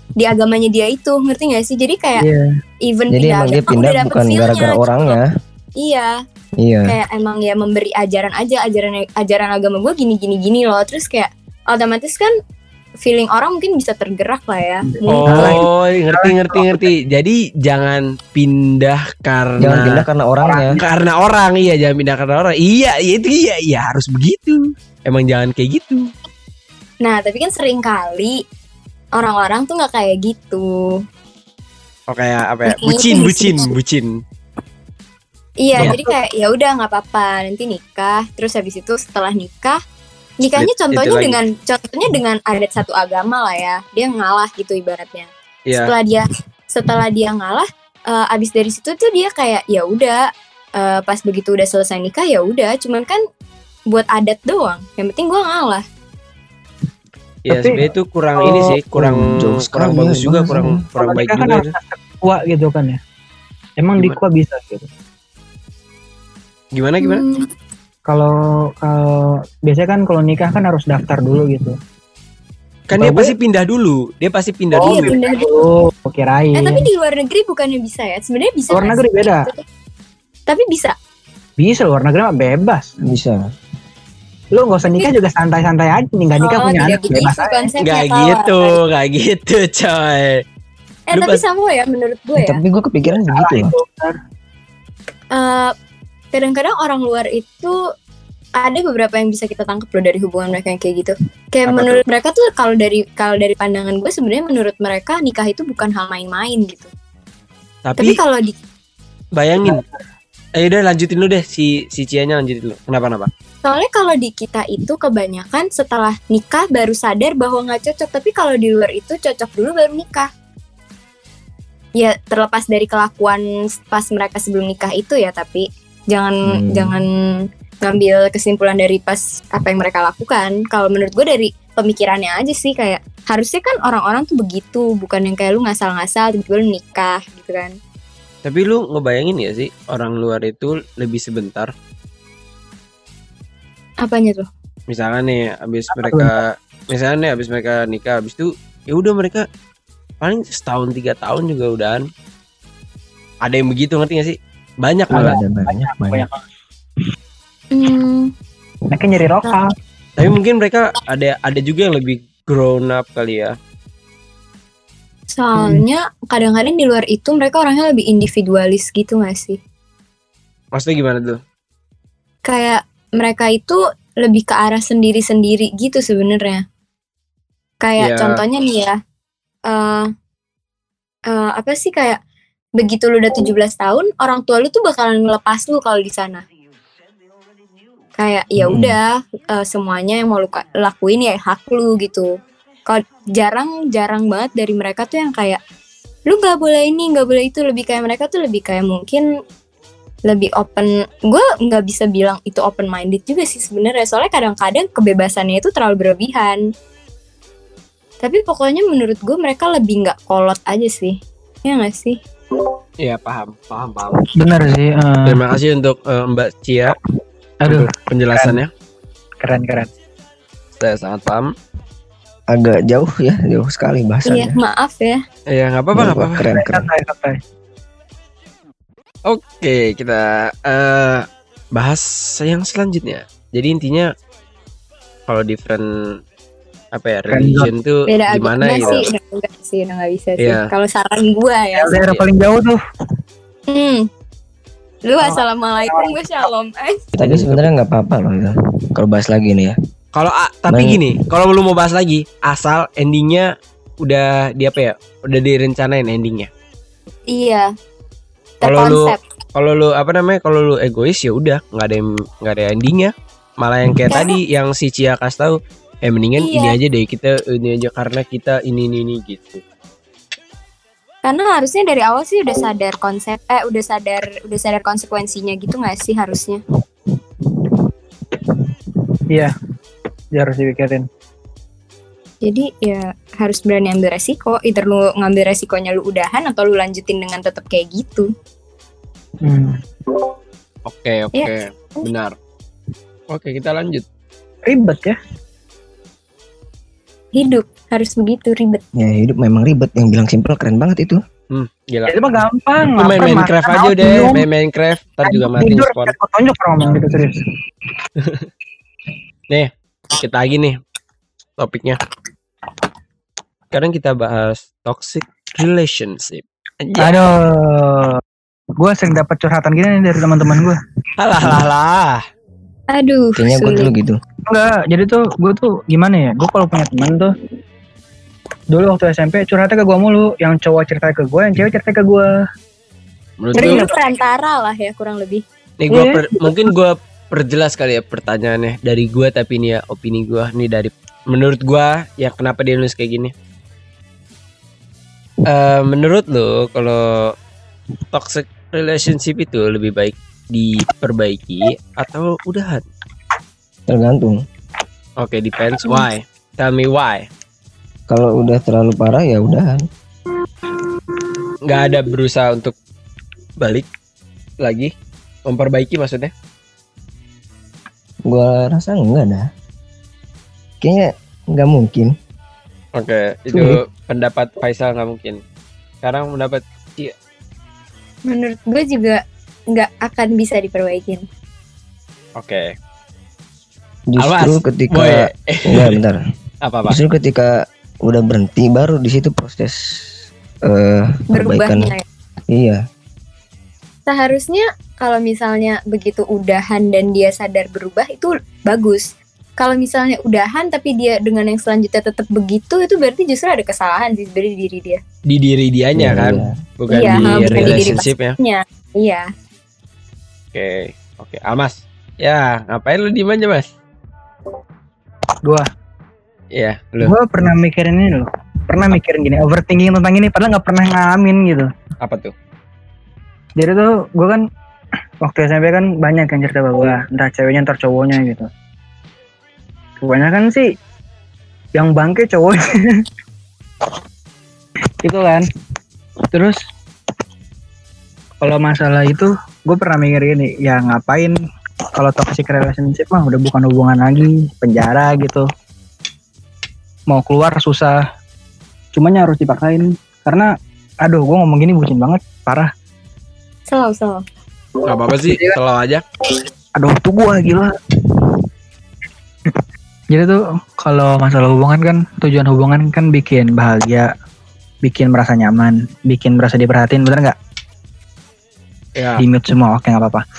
di agamanya dia itu, ngerti gak sih? Jadi kayak even jadi emang dia pindah udah bukan feel-nya, gara-gara orangnya. Iya. Iya. Kayak emang ya memberi ajaran aja, ajaran agama gue gini loh. Terus kayak otomatis kan feeling orang mungkin bisa tergerak lah ya. Oh, ngerti. Jadi jangan pindah karena orangnya. Karena orang, iya, jangan pindah karena orang. Iya, itu iya harus begitu. Emang jangan kayak gitu. Nah, tapi kan sering kali orang-orang tuh nggak kayak gitu. Oh, kayak apa ya? Bucin. Iya, jadi kayak ya udah nggak apa-apa, nanti nikah. Terus habis itu setelah nikahnya contohnya dengan adat satu agama lah ya. Dia ngalah gitu ibaratnya. Yeah. Setelah dia ngalah, abis dari situ tuh dia kayak ya udah, pas begitu udah selesai nikah ya udah, cuman kan buat adat doang. Yang penting gue ngalah. Ya sebenarnya itu kurang ini sih, kurang bagus juga, kurang baik kan juga. Harus kuat gitu kan ya. Emang di kuat bisa gitu. Gimana? Kalau biasanya kan kalau nikah kan harus daftar dulu gitu. Kan dia pasti pindah dulu. Iya, pindah dulu. Kirain. Tapi di luar negeri bukannya bisa ya? Sebenarnya bisa. Luar negeri beda. Tapi bisa. Bisa, luar negeri mah bebas. Bisa. Lu nggak usah nikah juga santai-santai aja. Nggak nikah punya anak bebas aja. Nggak gitu, coy. Tapi sama ya menurut gue ya. Tapi gue kepikiran begitu. Kadang-kadang orang luar itu ada beberapa yang bisa kita tangkap loh dari hubungan mereka yang kayak gitu. Kayak menurut mereka tuh kalau dari pandangan gue sebenarnya menurut mereka nikah itu bukan hal main-main gitu. Tapi kalau bayangin. Ayo udah lanjutin lu deh si Cianya lanjutin lu. Kenapa? Soalnya kalau di kita itu kebanyakan setelah nikah baru sadar bahwa nggak cocok. Tapi kalau di luar itu cocok dulu baru nikah. Ya terlepas dari kelakuan pas mereka sebelum nikah itu ya, tapi jangan ngambil kesimpulan dari pas apa yang mereka lakukan. Kalau menurut gue dari pemikirannya aja sih, kayak harusnya kan orang-orang tuh begitu, bukan yang kayak lu ngasal-ngasal tiba-tiba lu nikah gitu kan. Tapi lu ngebayangin ya sih orang luar itu lebih sebentar. Apanya tuh? Misalnya nih abis mereka nikah, abis itu ya udah mereka paling setahun 3 tahun juga udahan. Ada yang begitu, ngerti gak sih? Banyak malah. Banyak. Mereka nyari lokal. Tapi mungkin mereka ada juga yang lebih grown up kali ya. Soalnya kadang-kadang di luar itu mereka orangnya lebih individualis gitu gak sih? Maksudnya gimana tuh? Kayak mereka itu lebih ke arah sendiri-sendiri gitu sebenarnya. Kayak contohnya nih ya, apa sih, kayak begitu lu udah 17 tahun, orang tua lu tuh bakalan ngelepas lu kalau di sana. Kayak ya udah, semuanya yang mau lu lakuin ya hak lu gitu. Kalau jarang banget dari mereka tuh yang kayak lu nggak boleh ini, nggak boleh itu. Lebih kayak mereka tuh lebih kayak mungkin lebih open. Gue nggak bisa bilang itu open minded juga sih sebenarnya. Soalnya kadang-kadang kebebasannya itu terlalu berlebihan. Tapi pokoknya menurut gue mereka lebih nggak kolot aja sih, ya nggak sih? Iya, paham. Bener sih. Terima kasih untuk Mbak Cia. Aduh, penjelasannya. Keren. Saya sangat paham. Agak jauh sekali bahasannya. Iya, maaf ya. Iya, nggak apa-apa. Keren. Santai. Oke, kita bahas yang selanjutnya. Jadi intinya kalau different religion tuh beda gimana gitu? Udah nggak bisa sih. Yeah. Kalau saran gue ya. Daerah paling jauh tuh. Lu assalamualaikum, gue shalom. Tadi sebenarnya nggak apa-apa loh itu. Kalau bahas lagi nih ya. Kalau tapi gini, kalau lu mau bahas lagi, asal endingnya udah udah direncanain endingnya. Iya. Kalau lu egois ya udah nggak ada endingnya. Malah yang kayak tadi yang si Cia kasih tahu, mendingan ini aja deh, kita ini aja karena kita ini gitu. Karena harusnya dari awal sih udah sadar udah sadar konsekuensinya gitu nggak sih harusnya? Iya, harus dipikirin. Jadi ya harus berani ambil resiko. Either lu ngambil resikonya lu udahan atau lu lanjutin dengan tetap kayak gitu. Oke, ya. Benar. Oke, kita lanjut. Ribet ya hidup. Harus begitu ribet. Ya hidup memang ribet. Yang bilang simpel keren banget itu. Gila. Itu mah gampang. Lu main Minecraft aja deh, main Minecraft, ntar juga mati tidur, spawn. tonjok orang ngomong gitu serius. Nih, kita lagi nih topiknya. Sekarang kita bahas toxic relationship. Anjay. Aduh, gue sering dapat curhatan gini nih dari teman-teman gue. Alah. Aduh, Kayaknya gue sulit. dulu gitu. Enggak, jadi tuh gue tuh gimana ya? Gue kalau punya teman tuh, dulu waktu SMP curhatnya ke gue mulu. Yang cowok cerita ke gue, yang cewek cerita ke gue. Menurut Jadi lu, itu perantara lah ya kurang lebih. nih mungkin gue perjelas kali ya pertanyaannya dari gue, tapi ini ya opini gue nih dari menurut gue ya kenapa dia nulis kayak gini. Menurut lo kalau toxic relationship itu lebih baik diperbaiki atau udahan? Tergantung. Oke, depends. Why? Tell me why. Kalau udah terlalu parah ya udahan. Nggak ada berusaha untuk balik lagi, memperbaiki maksudnya? Gua rasa enggak dah. Kayaknya nggak mungkin. Oke, itu pendapat Faisal nggak mungkin. Sekarang pendapat Menurut gue juga nggak akan bisa diperbaikin. Oke. Justru Awas, ketika boy. enggak bentar. Apa? Justru ketika udah berhenti baru di situ proses perbaikan. Berubahnya ya. Iya. Seharusnya kalau misalnya begitu udahan dan dia sadar berubah itu bagus. Kalau misalnya udahan tapi dia dengan yang selanjutnya tetap begitu, itu berarti justru ada kesalahan sih sebenarnya di diri dia. Di diri dianya kan, Iya. bukan Iya, di bukan di diri relationship-nya. Iya. Oke, Almas. Ya, ngapain lu diem aja, Mas? Gue Iya, lu. pernah mikirin ini loh. Pernah mikirin gini, overthinking tentang ini, padahal nggak pernah ngalamin gitu. Apa tuh? Jadi tuh gue kan waktu SMP kan banyak yang cerita ke gue, entah ceweknya entar cowoknya gitu. Kebanyakan sih yang bangke cowoknya. Gitu kan. Terus kalau masalah itu gue pernah mikir gini, ya ngapain kalau toxic relationship mah udah bukan hubungan lagi, penjara gitu. Mau keluar susah. Cuman harus dipaksain karena aduh gue ngomong gini bucin banget, parah. Selalu. Gak apa-apa sih, selalu aja. Aduh tuh gue gila. Jadi tuh kalau masalah hubungan kan, tujuan hubungan kan bikin bahagia, bikin merasa nyaman, bikin merasa diperhatiin, bener nggak? Ya. Di mute semua, oke nggak apa-apa.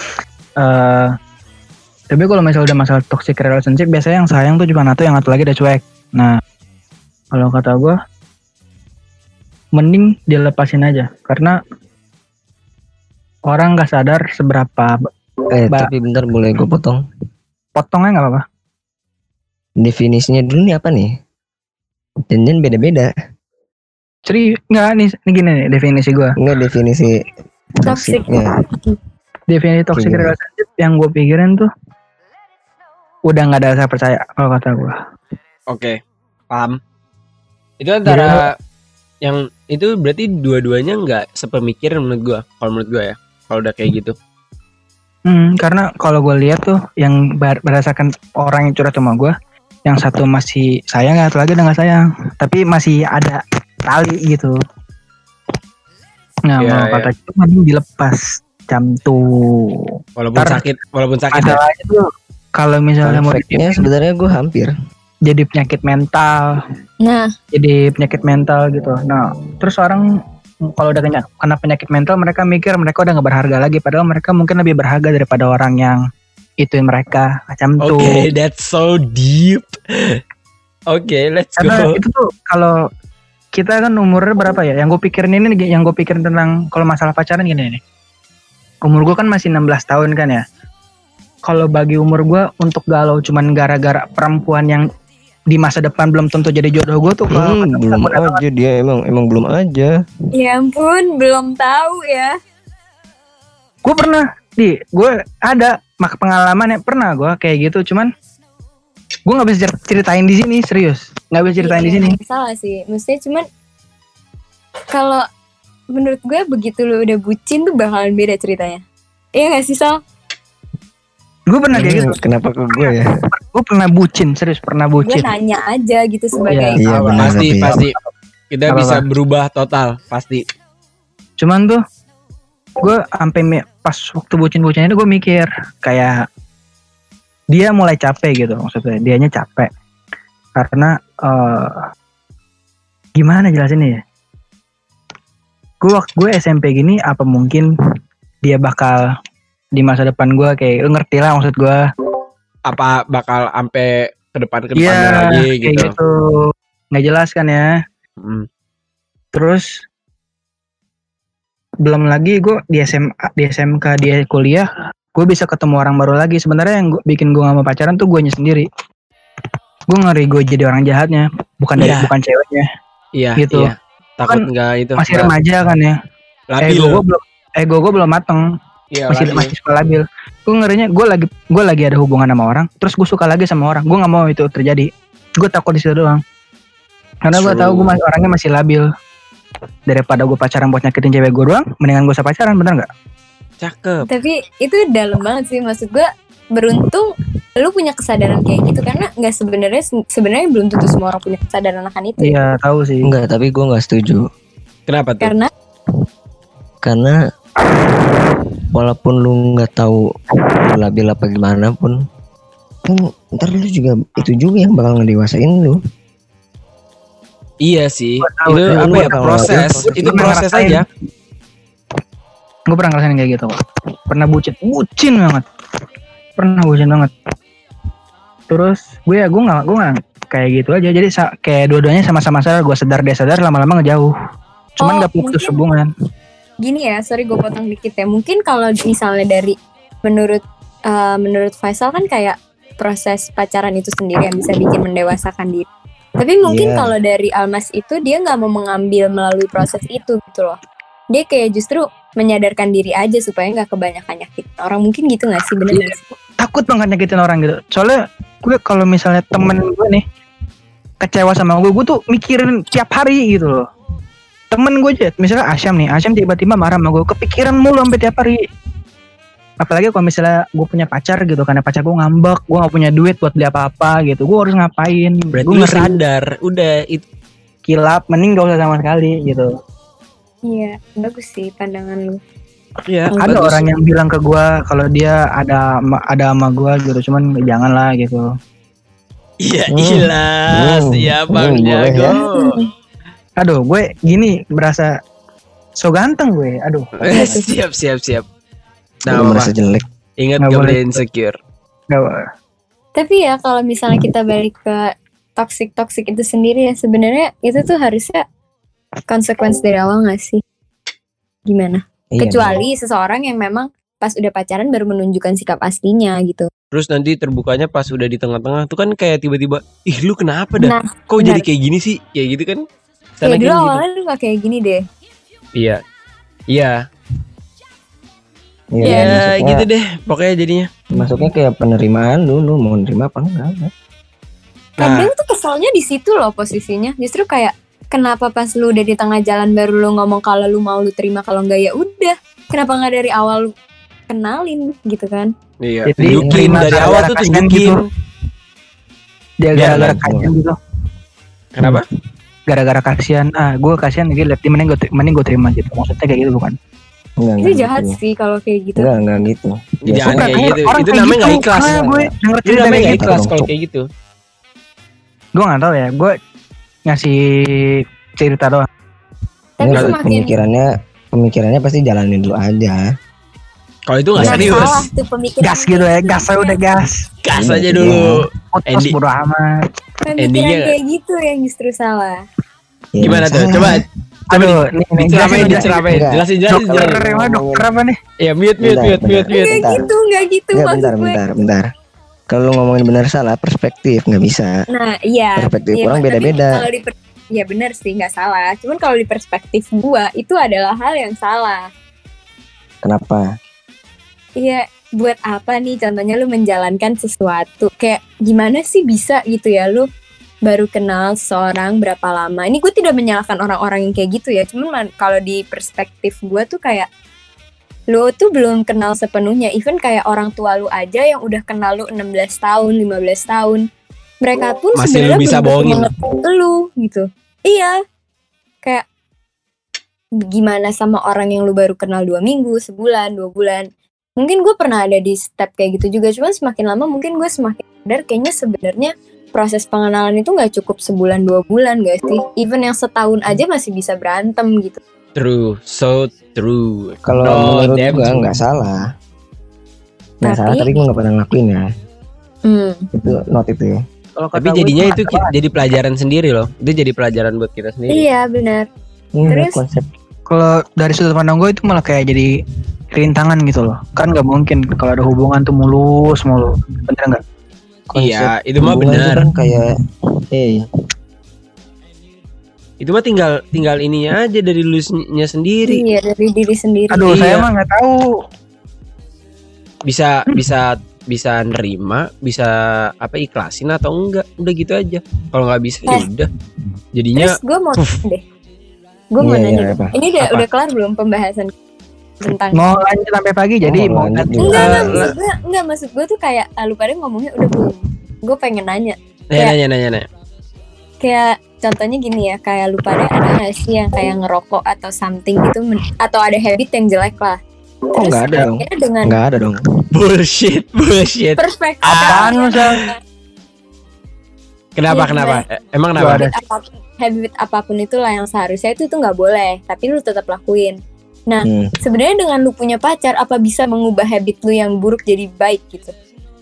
Tapi kalau misalnya udah masalah toxic relationship, biasanya yang sayang tuh cuma satu, yang satu lagi udah cuek. Nah, kalau kata gue, mending dilepasin aja, karena orang nggak sadar seberapa. Tapi bentar boleh gue potong. Potongnya nggak apa-apa. Definisinya dulu nih apa nih? Dan beda-beda. Serius nggak nih gini nih definisi gue. Enggak definisi Toxic. toksiknya. Definisi toxic Gimana? relationship yang gue pikirin tuh udah nggak ada rasa percaya kalau kata gue. Oke, paham. Itu antara yang itu berarti dua-duanya nggak sepemikiran menurut gua. Kalau menurut gua ya, kalau udah kayak gitu. Karena kalau gue lihat tuh yang berdasarkan orang yang curhat sama gue, yang satu masih sayang, yang satu lagi udah nggak sayang, tapi masih ada tali gitu. Nah, Iya, mau kata itu mending dilepas jam tuh. Walaupun Ntar sakit ya. Masalahnya tuh kalau misalnya mau Perfectnya sebenarnya gue hampir. jadi penyakit mental, Nah, jadi penyakit mental gitu. Nah, terus orang kalau udah kena penyakit mental, mereka mikir mereka udah nggak berharga lagi, padahal mereka mungkin lebih berharga daripada orang yang ituin mereka macam tuh. Oke, that's so deep. Oke, let's Karena go. itu tuh kalau kita kan umurnya berapa ya? Yang gue pikirin ini, yang gue pikirin tentang kalau masalah pacaran gini nih. Umur gue kan masih 16 tahun kan ya. Kalau bagi umur gue untuk galau cuman gara-gara perempuan yang di masa depan belum tentu jadi jodoh gue tuh Belum aja dia emang belum aja. ya ampun, belum tahu ya. Gue pernah gue ada pengalaman ya, pernah gue kayak gitu, cuman gue nggak bisa ceritain di sini, serius nggak bisa ceritain di sini. Salah sih, maksudnya cuman kalau menurut gue begitu lu udah bucin tuh bakalan beda ceritanya. Iya nggak sih Sal? Gue pernah kayak gitu. Kenapa ke gue ya? Gue pernah bucin, serius pernah Gue bucin. nanya aja gitu sebagai Iya, kawan. benar. Pasti kita Apa-apa. bisa berubah total, pasti. Cuman tuh gue sampai pas waktu bucin-bucin itu gue mikir kayak dia mulai capek gitu, maksudnya dianya capek karena gimana jelasinnya ya? Gue SMP gini, apa mungkin dia bakal di masa depan gue kayak lu ngerti lah maksud gue? Apa bakal sampai ke depannya Iya, lagi kayak gitu. gitu. Nggak jelas kan ya? Terus belum lagi gue di SMA, di SMK, di kuliah, gue bisa ketemu orang baru lagi. Sebenarnya yang bikin gue gak mau pacaran tuh guanya sendiri. Gue ngeri gue jadi orang jahatnya, bukan dari Iya. bukan ceweknya. Iya, Gitu. iya. Takut enggak itu. Masih nggak remaja kan ya. labil. Ego gue belum mateng, Iya, masih labil. suka labil. Gue ngerinya gue lagi ada hubungan sama orang, terus gue suka lagi sama orang. Gue nggak mau itu terjadi. Gue takut di situ doang. Karena gue True. tahu gue orangnya masih labil. Daripada gue pacaran buat nyakitin cewek gue doang, mendingan gue usah pacaran, bener nggak? Cakep. Tapi itu dalam banget sih, maksud gue beruntung lu punya kesadaran kayak gitu, karena nggak sebenarnya belum tentu semua orang punya kesadaran akan itu. Iya tahu sih. Enggak, tapi gue nggak setuju. Kenapa tuh? Karena walaupun lu nggak tahu lu labil apa gimana pun, kan ntar lu juga itu juga yang bakal ngedewasain lu. Iya sih. tahu Itu sih, apa gua ya, tahu. proses. Gua Itu pernah proses ngerasain. aja. Gue pernah ngerasain kayak gitu kok. Pernah bucin banget. Pernah bucin banget. Terus gue nggak kayak gitu aja. Jadi kayak dua-duanya sama-sama sadar. Gue sadar, dia sadar, lama-lama ngejauh. Cuman Oh, nggak putus mungkin- hubungan. gini ya, sorry gue potong dikit ya. Mungkin kalau misalnya dari menurut Faisal kan kayak proses pacaran itu sendiri yang bisa bikin mendewasakan diri. Tapi mungkin Iya. kalau dari Almas itu dia nggak mau mengambil melalui proses itu gitu loh. Dia kayak justru menyadarkan diri aja supaya nggak kebanyakan nyakitin orang. Mungkin gitu nggak sih, bener nggak sih? Takut banget nyakitin orang gitu. Soalnya gue kalau misalnya temen gue nih kecewa sama gue tuh mikirin tiap hari gitu loh. Temen gue aja, misalnya Asyam tiba-tiba marah sama gue, kepikiran mulu sampai tiap hari. Apalagi kalau misalnya gue punya pacar gitu, karena pacar gue ngambek, gue gak punya duit buat beli apa-apa gitu, gue harus ngapain? Berarti Gue lu ngeri, sadar. Udah itu. kilap, mending gak usah sama sekali gitu. Iya, bagus sih pandangan lu. Iya, Ada bagus. orang yang bilang ke gue kalau dia ada sama gue gitu, cuman jangan lah gitu. Iya, Hmm. ilah. Siapa Boleh jago? ya. Aduh, gue gini berasa so ganteng gue. Aduh, Siap. Lu Nah, merasa jelek. ingat Nggak gak boleh. boleh insecure. gak, Tapi ya kalau misalnya kita balik ke toxic itu sendiri ya, sebenarnya itu tuh harusnya konsekuensi dari awal nggak sih? Gimana? Iya, Kecuali seseorang yang memang pas udah pacaran baru menunjukkan sikap aslinya gitu. Terus nanti terbukanya pas udah di tengah-tengah tuh kan kayak tiba-tiba, ih lu kenapa dah? Nah, Kok benar. jadi kayak gini sih? Kayak gitu kan? kayak dulu gitu. awalnya lu gak kayak gini deh. Iya. Iya. Iya, Ya maksudnya, gitu deh. Pokoknya jadinya. maksudnya kayak penerimaan lu mau nerima apa enggak? Nah, Kadang tuh kesalnya di situ loh posisinya. Justru kayak kenapa pas lu udah di tengah jalan baru lu ngomong kalau lu mau lu terima, kalau enggak ya udah. Kenapa nggak dari awal lu kenalin gitu kan? iya. Jadi, Tunjukin terima dari gara-gara awal tuh kasihan tunjukin. gitu. Dia Biar gara-gara lah, kasihan gitu. Kenapa? Gara-gara kasihan, gue kasihan dia lihat mending gue terima gitu. Maksudnya kayak gitu bukan? Enggak Itu jahat gitu. sih kalau kayak gitu. Enggak gitu. Jangan Biasanya- kayak gitu. Orang Itu kayak namanya nggak gitu, ikhlas. makanya gue denger Itu cerita namanya kayak nggak gitu. ikhlas Cok. kalau kayak gitu. Gue nggak tahu ya, gue ngasih cerita doang. Tapi Enggak, semakin pemikirannya pasti jalanin dulu aja. Kalau itu nggak Nah, serius. salah tuh pemikiran Gas gitu ya, gas saya udah gas. Gas Iya, aja dulu. Putus Ending- bodo amat. Pemikiran endingnya- kayak gitu yang justru salah. Ya, Gimana tuh? masalah. Coba Aduh, nih diceramain, jelasin, diceramain. Enggak. Jelasin. Dokter Kalau apa dokter apa nih? Ya mute. Bentar. Enggak Bentar. gitu, enggak gitu Enggak, maksud gue. bentar. Kalau lu ngomongin benar salah, perspektif nggak bisa. Nah, iya. Perspektif Iya, orang tapi beda-beda. Kalau ya benar sih, nggak salah. Cuman kalau di perspektif gua itu adalah hal yang salah. Kenapa? Iya, buat apa nih contohnya lu menjalankan sesuatu kayak gimana sih bisa gitu ya lu baru kenal seorang berapa lama. Ini gue tidak menyalahkan orang-orang yang kayak gitu ya. Cuman kalau di perspektif gue tuh kayak lu tuh belum kenal sepenuhnya. Even kayak orang tua lu aja yang udah kenal lu 16 tahun, 15 tahun. Mereka pun Masih lu sebenarnya bisa belum tentu bohongin. mengerti lu gitu. Iya. Kayak gimana sama orang yang lu baru kenal 2 minggu, sebulan, 2 bulan. Mungkin gue pernah ada di step kayak gitu juga. Cuman semakin lama mungkin gue semakin sadar kayaknya sebenarnya proses pengenalan itu gak cukup sebulan 2 bulan gak sih? Even yang setahun aja masih bisa berantem gitu. True, so true. Kalau No, menurut damn gua true. nggak salah. Nggak Tapi- salah, tapi gua nggak pernah ngelakuin ya. Itu not itu ya. Kalau Tapi kata gue jadinya mah itu jadi pelajaran sendiri loh. Itu jadi pelajaran buat kita sendiri. Iya benar. Ini Terus? konsep. kalau dari sudut pandang gue itu malah kayak jadi rintangan gitu loh. Kan nggak mungkin kalau ada hubungan tuh mulus mulu. Bener nggak? Iya, itu mah hubungan benar. itu kan kayak Itu mah tinggal ininya aja dari lu nya sendiri. Iya dari diri sendiri. Aduh, Iya. saya mah nggak tahu. Bisa nerima, bisa apa ikhlasin atau enggak. Udah gitu aja. Kalau nggak bisa ya udah. Jadinya Terus gue mau tanya deh. Gue mau Iya, nanya iya, deh. apa? Ini udah kelar belum pembahasan tentang Mau lanjut sampai pagi jadi mau mau lanjut ganti. juga. Enggak maksud gue tuh kayak lu pada ngomongnya udah belum. Gue pengen nanya. nanya. Kayak contohnya gini ya, kayak lu pada ada nggak sih yang kayak ngerokok atau something gitu atau ada habit yang jelek lah. Oh, nggak ada dong. akhirnya dengan Nggak ada dong. bullshit. perfect Apaan lu, Sal? Kenapa? Iya, Kenapa? Emang Gua kenapa? ada. habit apapun itulah yang seharusnya itu tuh nggak boleh, tapi lu tetap lakuin. Nah, sebenarnya dengan lu punya pacar, apa bisa mengubah habit lu yang buruk jadi baik gitu?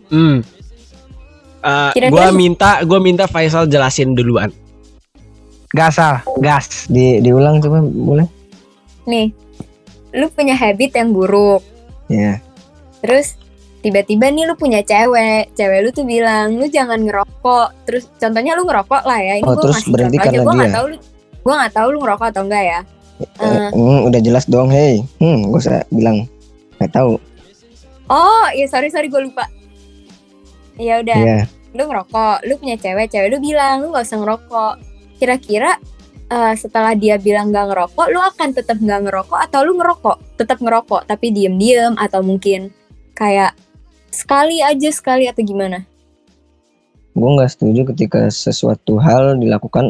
Kira-kira- Gua minta Faisal jelasin duluan. Gas Sal, gas. Diulang coba boleh? Nih, lu punya habit yang buruk. Ya. Terus tiba-tiba nih lu punya cewek lu tuh bilang lu jangan ngerokok. Terus contohnya lu ngerokok lah ya. Ini Oh, gua terus ngasih berhenti contoh aja. karena Gua nggak dia? tahu gua nggak tahu lu ngerokok atau enggak ya. Udah jelas dong, hey. Gak usah bilang nggak tahu. Oh, iya sorry gue lupa. Ya udah, Iya. lu ngerokok, lu punya cewek lu bilang lu nggak usah ngerokok. Kira-kira setelah dia bilang nggak ngerokok, lu akan tetap nggak ngerokok atau lu tetap ngerokok tapi diem-diem atau mungkin kayak sekali atau gimana? Gue nggak setuju ketika sesuatu hal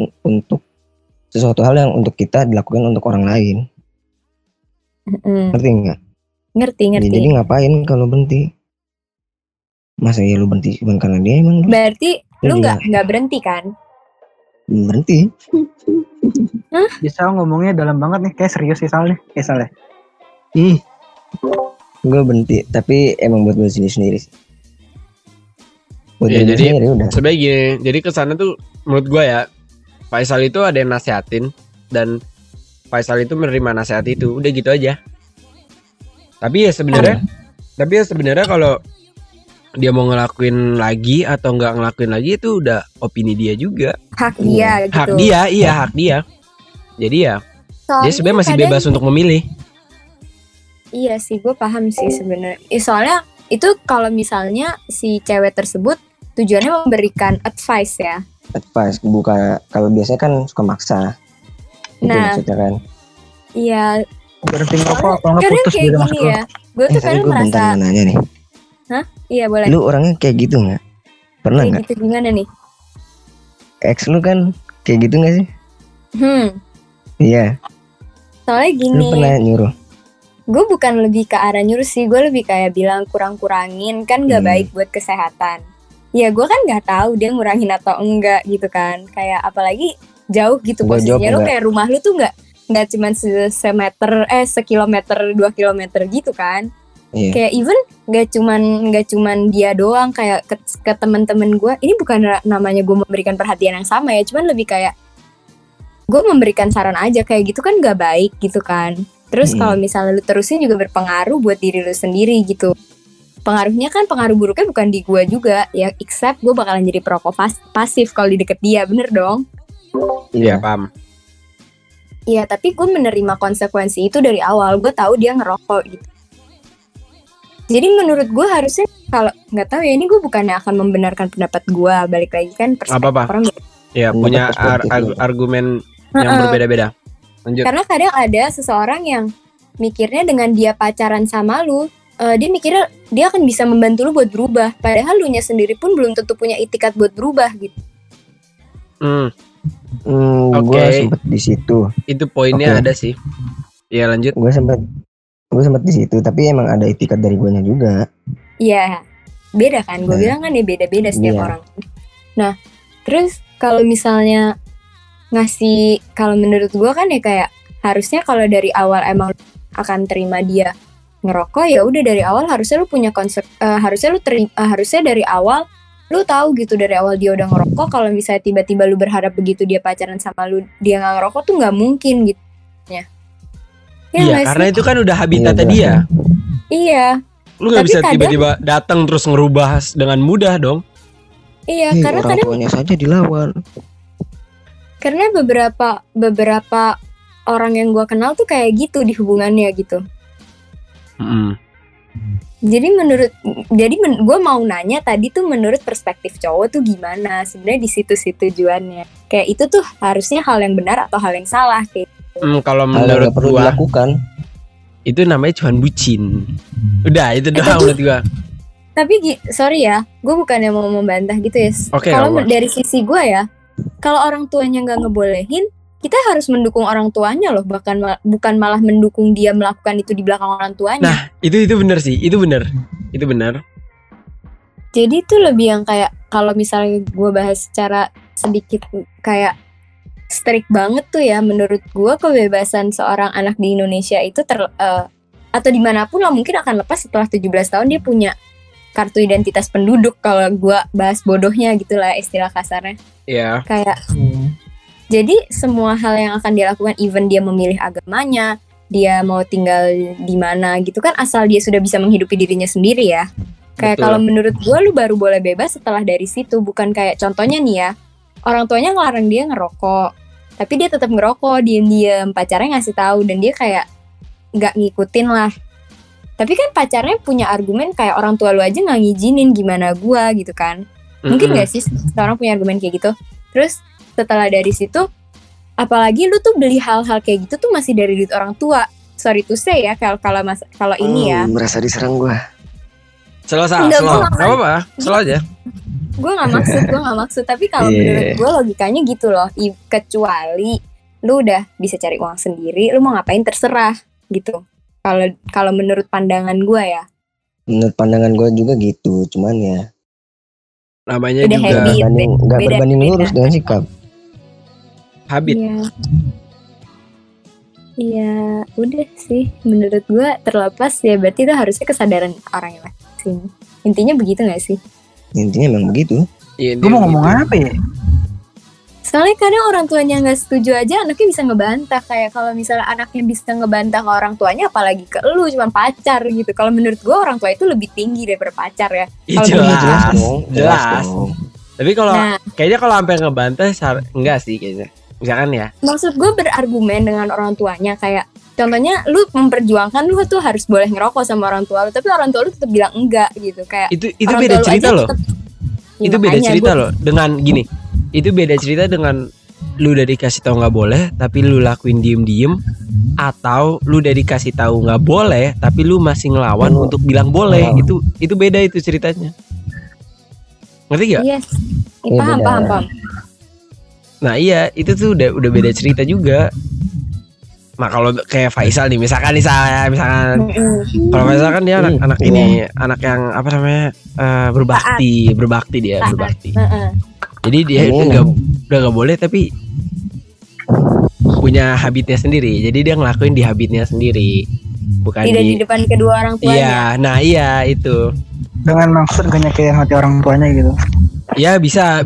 yang untuk kita dilakukan untuk orang lain. Ngerti nggak? Ngerti. Jadi ngapain kalau berhenti? Masa ya lu berhenti cuma karena dia emang? Berarti lu Iya. nggak berhenti kan? Berhenti. Bisa ngomongnya dalam banget nih, kayak serius sih Sal nih, kayak Sal ya. Gue berhenti, tapi emang buat gue sendiri sih. Buat Ya, diri jadi- sendiri udah. Sebenarnya gini, jadi kesana tuh menurut gua ya, Faisal itu ada yang nasehatin dan Faisal itu menerima nasihat itu, udah gitu aja. Tapi ya sebenarnya kalau dia mau ngelakuin lagi atau nggak ngelakuin lagi itu udah opini dia juga. Hak dia gitu. Hak dia, iya hak dia. Jadi ya dia sebenarnya masih kadang- bebas untuk memilih. Iya sih, gue paham sih sebenarnya. Soalnya itu kalau misalnya si cewek tersebut tujuannya memberikan advice ya. Advice bukan, kalau biasanya kan suka maksa. Itu Nah. maksudnya kan. Iya, Berhenti ngerokok atau nggak kadang putus kayak gitu gini maksud lu? ya. Gue tuh Tapi kadang gue bentar merasa, mau nanya nih. iya boleh. Lu orangnya kayak gitu nggak? Pernah Kayak nggak? gitu gimana nih? Ex lu kan kayak gitu nggak sih? Iya. Soalnya Lu gini, pernah nyuruh? gue bukan lebih ke arah nyuruh sih, gue lebih kayak bilang kurangin kan gak baik buat kesehatan. Ya gue kan nggak tahu dia ngurangin atau enggak gitu kan. Kayak apalagi jauh gitu Gua jawab posisinya, lu enggak. kayak rumah lu tuh nggak cuman sekilometer 2 kilometer gitu kan. Iya. Kayak even nggak cuman dia doang, kayak ke teman-teman gue. Ini bukan namanya gue memberikan perhatian yang sama ya, cuman lebih kayak gue memberikan saran aja, kayak gitu kan gak baik gitu kan. Terus kalau misalnya lu terusin juga berpengaruh buat diri lu sendiri gitu. Pengaruhnya kan pengaruh buruknya bukan di gue juga ya, except gue bakalan jadi perokok pasif kalau di deket dia, bener dong? Iya, paham. Iya, tapi gue menerima konsekuensi itu dari awal. Gue tahu dia ngerokok gitu. Jadi menurut gue harusnya, kalau nggak tahu ya, ini gue bukannya akan membenarkan pendapat gue, balik lagi kan perspektif Apa-apa. orang. Ya, Pendapat punya perspektif lu. argumen yang berbeda-beda. Lanjut. Karena kadang ada seseorang yang mikirnya dengan dia pacaran sama lu, dia mikirnya dia akan bisa membantu lu buat berubah. Padahal lu nya sendiri pun belum tentu punya itikat buat berubah gitu. Gue sempet di situ. Itu poinnya ada sih. Ya lanjut. Gue sempet di situ, tapi emang ada itikat dari guanya juga. Iya, beda kan? Gue bilang kan ya beda-beda setiap orang. Nah, terus kalau misalnya kalau menurut gue kan ya kayak harusnya kalau dari awal emang akan terima dia ngerokok, ya udah dari awal harusnya lu punya konsep, harusnya dari awal lu tahu gitu dari awal dia udah ngerokok. Kalau misalnya tiba-tiba lu berharap begitu dia pacaran sama lu dia nggak ngerokok tuh nggak mungkin gitu ya. Iya, karena itu kan udah habitatnya dia. Iya. Lu nggak bisa tiba-tiba datang terus ngerubah dengan mudah dong. Iya, karena orang tuanya saja dilawan. Karena beberapa orang yang gue kenal tuh kayak gitu di hubungannya gitu. Jadi gue mau nanya tadi tuh menurut perspektif cowok tuh gimana sebenarnya di situ tujuannya. Kayak itu tuh harusnya hal yang benar atau hal yang salah kayak. Kalau menurut perlu gua dilakukan. Itu namanya cuman bucin. Udah itu doang menurut gua. Tapi sorry ya, gue bukannya mau membantah gitu ya. Kalau dari sisi gue ya, kalau orang tuanya nggak ngebolehin, kita harus mendukung orang tuanya loh, bukan malah mendukung dia melakukan itu di belakang orang tuanya. Nah, itu benar sih, itu benar. Jadi itu lebih yang kayak kalau misalnya gue bahas secara sedikit kayak strict banget tuh ya, menurut gue kebebasan seorang anak di Indonesia itu atau dimanapun lah mungkin akan lepas setelah 17 tahun dia punya kartu identitas penduduk. Kalau gue bahas bodohnya gitulah istilah kasarnya. Iya. Kayak jadi semua hal yang akan dia lakukan, even dia memilih agamanya, dia mau tinggal di mana gitu kan, asal dia sudah bisa menghidupi dirinya sendiri ya. Kayak kalau menurut gue lu baru boleh bebas setelah dari situ. Bukan kayak contohnya nih ya, orang tuanya ngelarang dia ngerokok, tapi dia tetap ngerokok diem-diem, pacarnya ngasih tahu dan dia kayak nggak ngikutin lah. Tapi kan pacarnya punya argumen kayak orang tua lu aja nggak ngizinin, gimana gue gitu kan. Mungkin nggak sih seorang punya argumen kayak gitu. Terus setelah dari situ, apalagi lu tuh beli hal-hal kayak gitu tuh masih dari duit orang tua. Sorry to say ya, kalau ini ya. Merasa diserang gue. Selalu nggak apa-apa, selalu aja. Gue nggak maksud. Tapi kalau menurut gue logikanya gitu loh. Kecuali lu udah bisa cari uang sendiri, lu mau ngapain terserah gitu. Kalau menurut pandangan gue ya. Menurut pandangan gue juga gitu, cuman ya. Namanya udah juga nggak berbanding lurus dengan sikap. Habit. Iya, udah sih. Menurut gue terlepas ya berarti itu harusnya kesadaran orang yang masing. Intinya begitu nggak sih? Intinya memang begitu. Gue mau ngomong apa ya? Soalnya kadang orang tuanya nggak setuju aja, anaknya bisa ngebantah. Kayak kalau misalnya anaknya bisa ngebantah ke orang tuanya, apalagi ke lu cuma pacar gitu. Kalau menurut gue orang tua itu lebih tinggi daripada pacar ya. Jelas. Tapi kalau kayaknya kalau sampai ngebantah enggak sih kayaknya. Misalkan ya. Maksud gue berargumen dengan orang tuanya kayak contohnya lu memperjuangkan lu tuh harus boleh ngerokok sama orang tua lu, tapi orang tua lu tetap bilang enggak gitu. Kayak itu beda cerita loh. Itu beda cerita loh dengan gini. Itu beda cerita dengan lu udah dikasih tahu nggak boleh tapi lu lakuin diem-diem, atau lu udah dikasih tahu nggak boleh tapi lu masih ngelawan untuk bilang boleh. Itu beda itu ceritanya. Ngerti gak? Yes. Paham. Nah iya, itu tuh udah beda cerita juga. Nah kalau kayak Faisal nih, misalkan kalau Faisal kan dia anak ini, anak yang apa namanya, berbakti dia. Jadi dia udah gak boleh tapi punya habitnya sendiri. Jadi dia ngelakuin di habitnya sendiri, bukan tidak di depan kedua orang tuanya. Iya, nah iya itu. Dengan maksud gak nyakitin hati orang tuanya gitu. Ya bisa.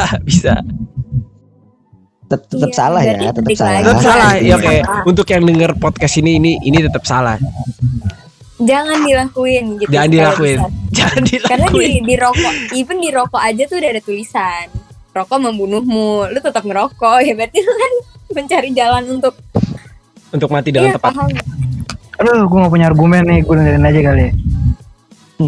Tetap salah ya, tetap salah. Tetap salah. Ya oke. Untuk yang denger podcast ini tetap salah. Jangan dilakuin gitu. Jangan dilakuin. Karena di rokok, even di rokok aja tuh udah ada tulisan rokok membunuhmu. Lu tetap ngerokok ya berarti lu kan mencari jalan untuk mati dengan tepat. Paham. Aduh, gue gak punya argumen nih, gue dengerin aja kali.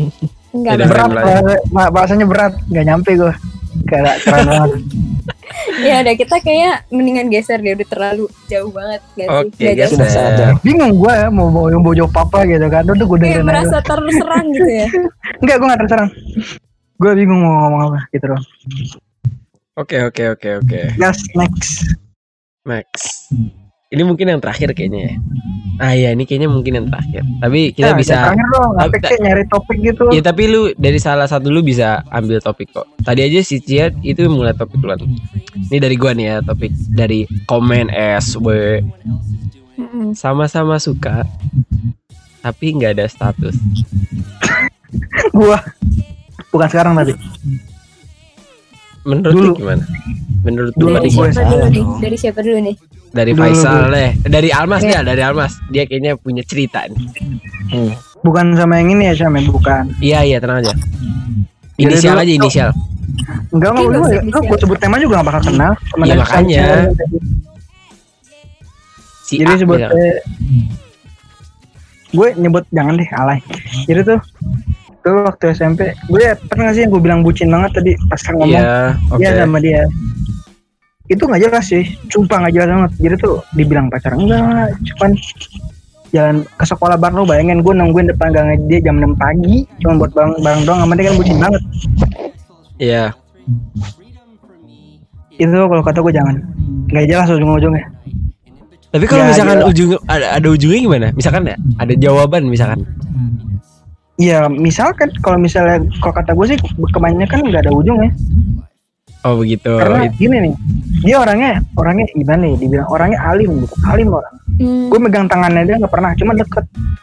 Enggak berat, bahasanya berat, gak nyampe gue. Kayak keren banget. Ya udah kita kayak mendingan geser deh, udah terlalu jauh banget gak sih? Oke, Gak jauh. Sudah saatnya. Bingung gue ya mau jawab apa gitu kan. Udah gue Kayak dengerin aja. merasa terserang gitu ya. Enggak, gue gak terserang. Gue bingung mau ngomong apa gitu loh. Oke. Yes, next. Max. Ini mungkin yang terakhir kayaknya ya. Ah iya, ini kayaknya mungkin yang terakhir. Tapi kita bisa Terakhir dong, Tapi- kayak nyari topik gitu. ya tapi lu dari salah satu lu bisa ambil topik kok. Tadi aja si Ciat itu mulai topik duluan. Ini dari gua nih ya, topik dari komen SW. Sama-sama suka tapi nggak ada status. Gua bukan sekarang tadi. Menurut lu gimana? Menurut gua Dari nih, Dulu. siapa dulu salah nih? dong. Dari siapa dulu nih? dari Dulu, Faisal deh, dari Almas ya, dari Almas. Dia kayaknya punya cerita nih. Bukan sama yang ini ya, Syam, ya? Bukan. Iya, tenang aja. Jadi Inisial dulu- aja, inisial. Enggak, Oke, lu nggak usah ya. inisial. Gue sebut tema juga gak bakal kenal. Temen Iya, dari makanya. SMP. Si Jadi A, sebut misalkan. gue nyebut jangan deh, alay. Jadi tuh waktu SMP, gue pernah sih yang gue bilang bucin banget tadi pas kan ngomong. Iya, oke. Iya sama dia. Itu nggak jelas sih, sumpah nggak jelas banget. Jadi tuh dibilang pacaran enggak, cuman jalan ke sekolah bareng. Lu bayangin gue nungguin depan gang dia jam 6 pagi, cuma buat bareng doang. Sama dia kan bucin banget. Iya. Itu kalau kata gue jangan, nggak jelas ujung-ujungnya. Tapi kalau Ya, misalkan jelas. ujung ada ujungnya gimana? Misalkan ya, ada jawaban misalkan. Iya, misalkan kalau misalnya kalau kata gue sih kebanyakan nggak ada ujungnya. Oh begitu. Karena gini nih, dia orangnya gimana ya? Dibilang orangnya alim gitu, alim orang. Gue megang tangannya dia nggak pernah, cuma deket.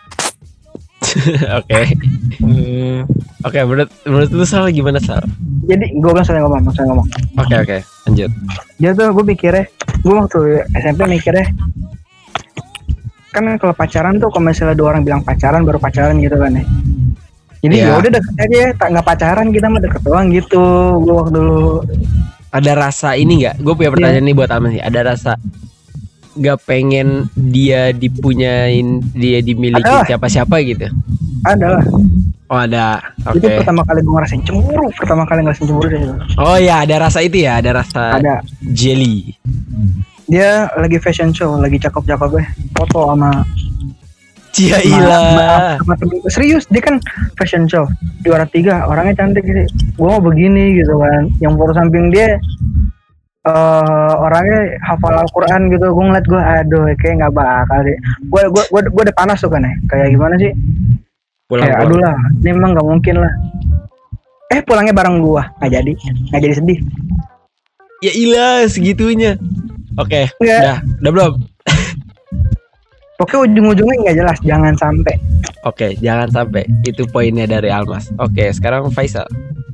Oke. Oke, menurut lu Sal gimana Sal? Jadi gue bilang saya ngomong. Oke, lanjut. Dia tuh gue mikirnya, gue waktu SMP mikirnya, kan kalau pacaran tuh kalau misalnya dua orang bilang pacaran baru pacaran gitu kan ya. Jadi Iya. ya udah deket aja, tak nggak pacaran kita mah deket doang gitu. Gue waktu dulu Ada rasa ini nggak? Gue punya pertanyaan nih buat Almas nih. Ada rasa nggak pengen dia dipunyain, dia dimiliki Ada. siapa-siapa gitu? ada lah. Oh ada. Itu Oke. pertama kali gue ngerasain cemburu. Sih. Oh ya, ada rasa itu ya, ada rasa Ada. jelly. Dia lagi fashion show, lagi cakep-cakepnya, foto sama Ciailah. sama temen gue. Serius, dia kan fashion show juara 3, orangnya cantik sih. Gue mau begini gitu kan. Yang foto samping dia orangnya hafal Al-Quran gitu. Gue ngeliat gue, aduh kayak nggak bakal deh. Gue udah panas tuh kan ya. Kayak gimana sih? Pulang. Kayak aduh lah, ini emang nggak mungkin lah. Pulangnya bareng gue, nggak jadi sedih. Ya ilah segitunya. Oke, Nggak. udah belum? Pokoknya ujung-ujungnya nggak jelas, jangan sampai. Oke, jangan sampai. Itu poinnya dari Almas. Oke, sekarang Faisal.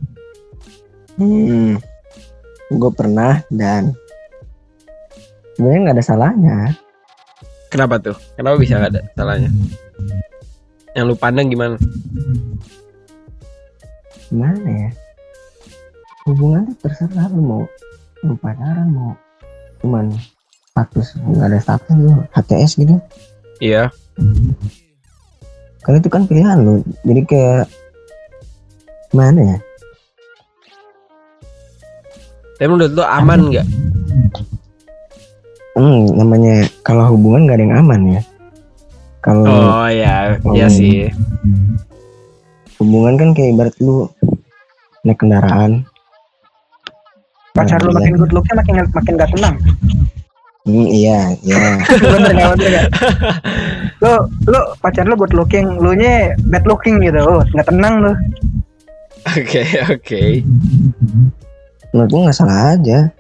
Gue pernah dan sebenarnya nggak ada salahnya. Kenapa tuh? Kenapa bisa nggak ada salahnya? Yang lu pandang gimana? Gimana ya? Hubungan tuh terserah lu mau pacaran, mau cuman status, nggak ada status lu HTS gitu. Iya. Kan itu kan pilihan lu. Jadi kayak mana ya? Tapi menurut lu aman nggak? Namanya kalau hubungan nggak ada yang aman ya. Kalau Oh ya, iya sih. hubungan kan kayak ibarat lu naik kendaraan. Pacar lu makin good looknya makin gak tenang. Iya. Bener gak? Lu pacar lu good looking, lu nya bad looking gitu. Nggak tenang lu. Oke. Menurut gua nggak salah aja.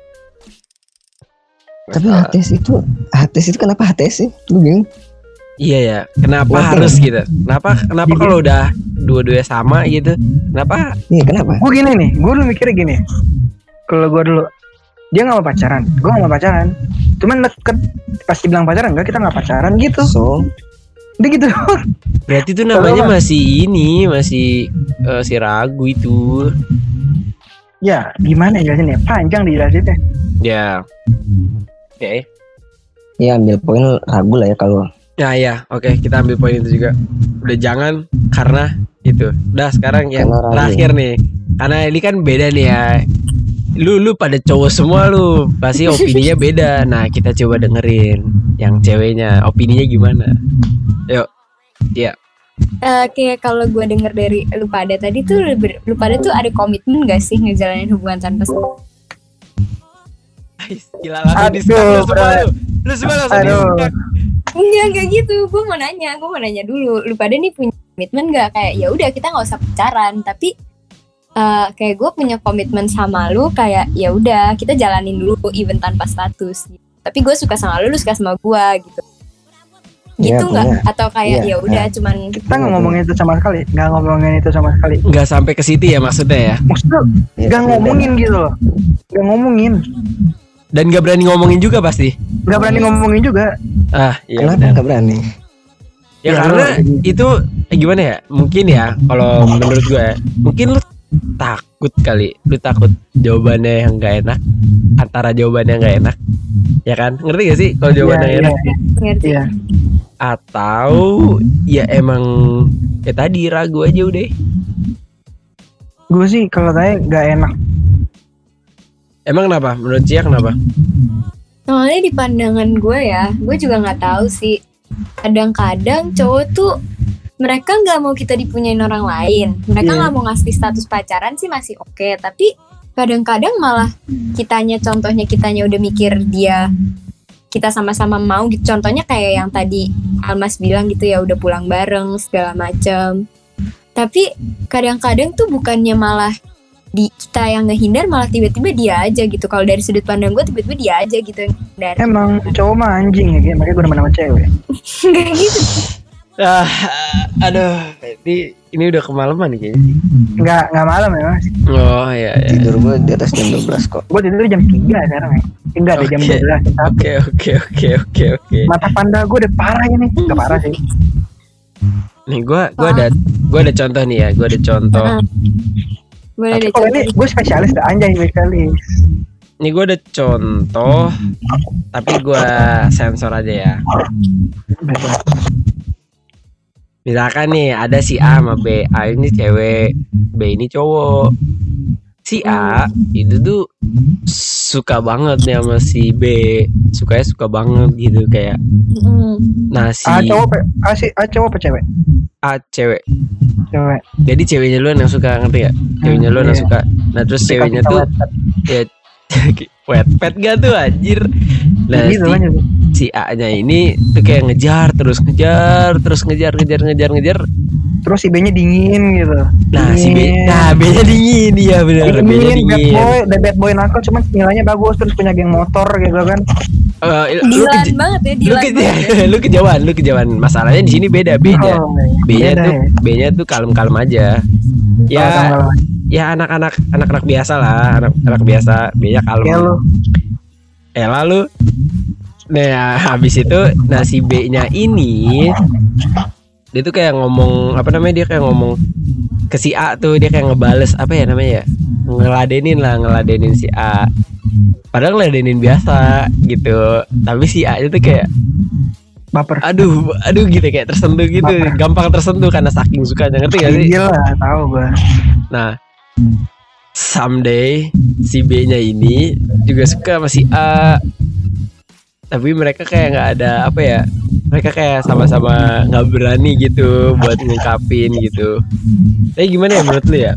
Tapi HTS itu kenapa HTS sih? Lu bingung? Iya ya. Kenapa Oke. harus gitu? Kenapa kalau udah dua-duanya sama gitu? Kenapa? Iya kenapa? Gue gini nih, gue dulu mikirnya gini. Kalau gue dulu, dia nggak mau pacaran, gue nggak mau pacaran. Cuman deket, pas dibilang pacaran, enggak kita nggak pacaran gitu. So Dia gitu. Berarti itu namanya masih si ragu itu. Ya, gimana ya jelasin ya? Panjang dijelasinnya. Ya. Oke. ya ambil poin ragu lah ya kalau. Ya ya, oke, kita ambil poin itu juga. Udah jangan karena itu. Udah sekarang yang Karena ragu. terakhir nih. Karena ini kan beda nih ya. Ini lu pada cowok semua lu pasti opininya beda. Nah kita coba dengerin yang ceweknya opininya gimana. Yuk, ya. Kayak kalau gue denger dari lu pada tadi tuh, lu pada tuh ada komitmen gak sih ngejalanin hubungan tanpa status? Gila langsung di-skak lu semua lu. Lu semua langsung di-skak. Enggak gitu. Gue mau nanya dulu. Lu pada nih punya komitmen gak? Kayak ya udah kita nggak usah pacaran, tapi kayak gue punya komitmen sama lu, kayak ya udah kita jalanin dulu even tanpa status gitu. Tapi gue suka sama lu suka sama gue gitu. Gitu nggak? Atau kayak ya udah cuman kita nggak ngomongin itu sama sekali, nggak sampai ke situ ya maksudnya ya? Maksudnya nggak ngomongin gitu loh, nggak ngomongin. Dan nggak berani ngomongin juga pasti. Nggak berani ngomongin juga. Iya. Kenapa nggak berani? Ya karena itu gimana ya? Mungkin ya kalau menurut gue, mungkin lu takut kali, lu takut jawabannya yang nggak enak, antara jawabannya yang nggak enak, ya kan? Ngerti gak sih kalau jawabannya enak? ngerti. Iya. Atau ya emang ya tadi ragu aja udah. Gue sih kalau saya nggak enak. Emang kenapa? Menurut Cia kenapa? Soalnya di pandangan gue ya, gue juga nggak tahu sih. Kadang-kadang cowok tuh mereka nggak mau kita dipunyain orang lain, mereka nggak mau ngasih status pacaran sih masih oke. Tapi kadang-kadang malah contohnya kitanya udah mikir kita sama-sama mau gitu. Contohnya kayak yang tadi Almas bilang gitu ya, udah pulang bareng segala macem. Tapi kadang-kadang tuh bukannya malah kita yang ngehindar, malah tiba-tiba dia aja gitu. Kalau dari sudut pandang gue tiba-tiba dia aja gitu yang ngehindar. Emang cowok mah anjing ya, makanya gue demen sama cewek. Nggak gitu. Aduh, ini udah kemalaman nih kayaknya. Nggak malam ya mas. Oh iya. Tidur gue di atas jam 12 kok. Gue tidur jam 3 sekarang ya. Enggak ada jam 12. Oke. Mata panda gue udah parah ini. Nggak parah sih. Nih gue ada contoh nih ya. Gue ada contoh. Boleh deh. Kalau ini gue spesialis, anjay spesialis. Nih gue ada contoh, tapi gue sensor aja ya. Misalkan nih ada si A sama B. A ini cewek, B ini cowok. Si A itu tuh suka banget nih sama si B, suka banget gitu kayak. Nah si A cowok apa cewek? A cewek. Cewek. Jadi ceweknya lu yang suka, ngerti gak? Ceweknya lu yang suka. Nah terus ceweknya tuh ya wetpad gak tuh anjir. Nah si A-nya ini tuh kayak ngejar terus ngejar. Terus si B-nya dingin gitu. Nah si B-nya dingin, iya benar. B-nya dingin. Bad boy nakal, cuman nilainya bagus, terus punya geng motor gitu kan. Dilan banget ya, lu kejauhan. Masalahnya di sini beda B-nya tuh kalem-kalem aja. Ya anak-anak biasa lah, anak biasa, B-nya kalem. Elah lu. Nah habis itu si B-nya ini dia tuh kayak ngomong dia kayak ngomong ke si A tuh, dia kayak ngebales apa ya namanya ya, ngeladenin si A, padahal ngeladenin biasa gitu, tapi si A itu kayak baper, aduh gitu, kayak tersentuh gitu, baper. Gampang tersentuh karena saking sukanya, ngerti gak sih? Iya lah, tahu gue. Nah someday si B-nya ini juga suka sama si A, tapi mereka kayak nggak ada mereka kayak sama-sama nggak berani gitu buat ngungkapin gitu. Tapi gimana ya menurut lu ya?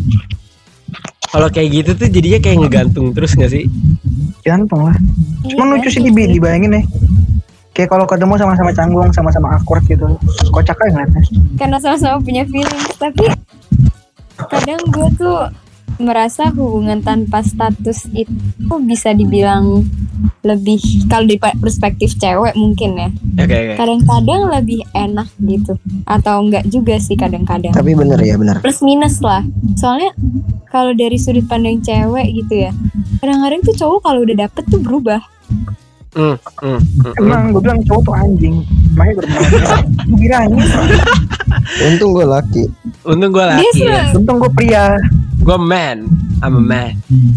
Kalau kayak gitu tuh jadinya kayak ngegantung terus nggak sih? Gantung lah. Cuma lucu sih dibayangin nih. Kayak kalau ketemu sama-sama canggung, sama-sama awkward gitu, kocak aja ngeliatnya. Karena sama-sama punya feelings, tapi kadang gue tuh merasa hubungan tanpa status itu bisa dibilang lebih, kalau dari perspektif cewek mungkin ya, kadang-kadang lebih enak gitu, atau enggak juga sih kadang-kadang. Tapi bener plus minus lah, soalnya kalau dari sudut pandang cewek gitu ya, kadang-kadang tuh cowok kalau udah dapet tuh berubah. Emang gue bilang cowok tuh anjing, makanya gue kira anjing. Untung gue laki. Ya. Untung gue pria. Gue man, I'm a man.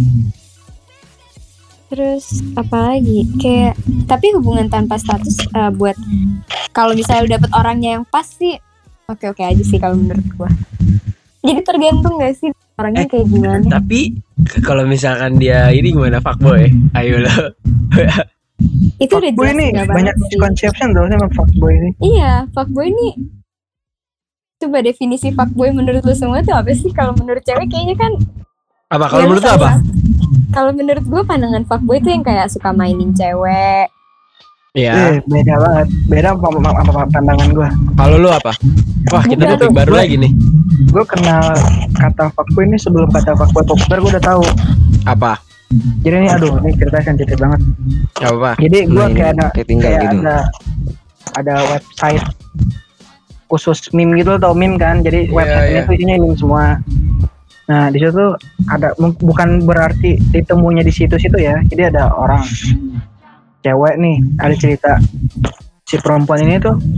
Terus apa lagi? Kayak tapi hubungan tanpa status buat kalau misalnya dapet orangnya yang pas sih oke aja sih kalau menurut gue. Jadi tergantung gak sih orangnya kayak gimana. Tapi kalau misalkan dia ini gimana, fuckboy? Ayo lo. Itu udah Fuckboy jelas ini nggak banyak banget sih. misconception tuh sama fuckboy ini. Iya, fuckboy ini. Coba definisi fuckboy menurut lu semua tuh apa sih? Kalau menurut cewek kayaknya kan. Apa kalau ya menurut lu apa? Kalau menurut gue pandangan fuckboy tuh yang kayak suka mainin cewek. Iya. Beda banget. Beda apa pandangan gue. Kalau lu apa? Wah, kita Bukan. topik baru lagi nih. Gue kenal kata fuckboy ini sebelum kata fuckboy populer, gue udah tahu. Apa? Jadi ini ini cerita sensitif banget. Gak apa? Jadi gue Nah, ini kayak tinggal gitu. ada website khusus meme gitu, tau meme kan? Jadi Iya, website ini iya. tuh isinya meme semua. Nah di situ ada, bukan berarti ditemunya di situ-situ ya. Jadi ada orang cewek nih, ada cerita si perempuan ini tuh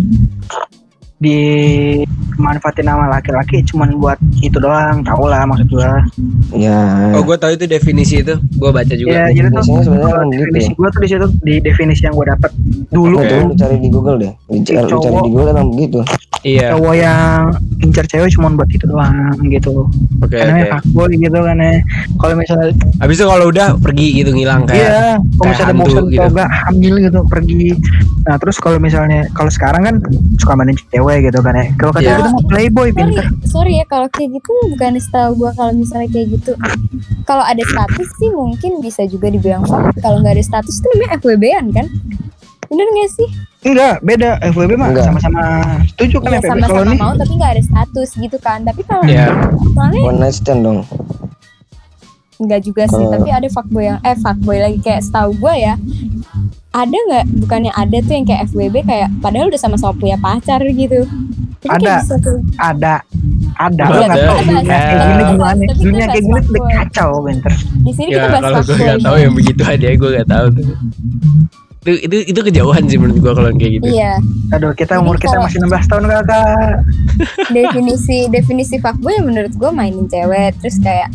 dimanfaatin nama laki-laki cuman buat itu doang, tau lah maksud gue. Ya. Oh, gue tahu itu definisi itu. Gue baca juga. Iya, jadi tuh Biasanya sebenarnya kalau gitu definisi ya. gue tuh di situ, di definisi yang gue dapat dulu Oke. tuh, Lu cari di Google deh. Lu cari Cowok. di Google emang begitu. Iya. cowok yang incar cewek cuma buat itu doang gitu. Oke, Namanya oke. fuckboy gitu kan ya. Kalau misalnya Habis itu kalau udah pergi gitu ngilang kayak. iya, kalau kayak misalnya hantu bosan gitu. atau enggak hamil gitu pergi. Nah, terus kalau misalnya kalau sekarang kan suka mainin cewek gitu kan ya. Kalau kata Iya. kita mau playboy pinter. Sorry ya kalau kayak gitu bukan style gue. Kalau misalnya kayak gitu, kalau ada status sih mungkin bisa juga dibilang fuck. Kalau nggak ada status itu namanya FWB-an kan? Bener nggak sih? Enggak, beda. FWB mah Enggak. sama-sama setuju kan Iya FWB. Kalau sama-sama nih mau tapi nggak ada status gitu kan. Tapi kalau Iya. soalnya One night stand dong. nggak juga sih. Kalau- Tapi ada fuckboy yang fuckboy lagi kayak setahu gue ya. Ada nggak? Bukannya ada tuh yang kayak FWB kayak padahal udah sama-sama punya pacar gitu. Tapi Ada. kayak bisa tuh. ada Ada. lo nggak tahu Ada. dunia kayak gini Ada. gimana. Tapi Dunia kita kayak gini bahas tuh fuckboy. kacau pinter. Di sini kita Ya bahas kalau gue fuckboy. nggak tahu yang begitu aja, gue nggak tahu tuh. Itu kejauhan sih menurut gue kalau yang kayak gitu. Iya. Aduh, kita Jadi umur kita kalau- masih 16 tahun kakak. definisi fuckboy yang menurut gue mainin cewek terus kayak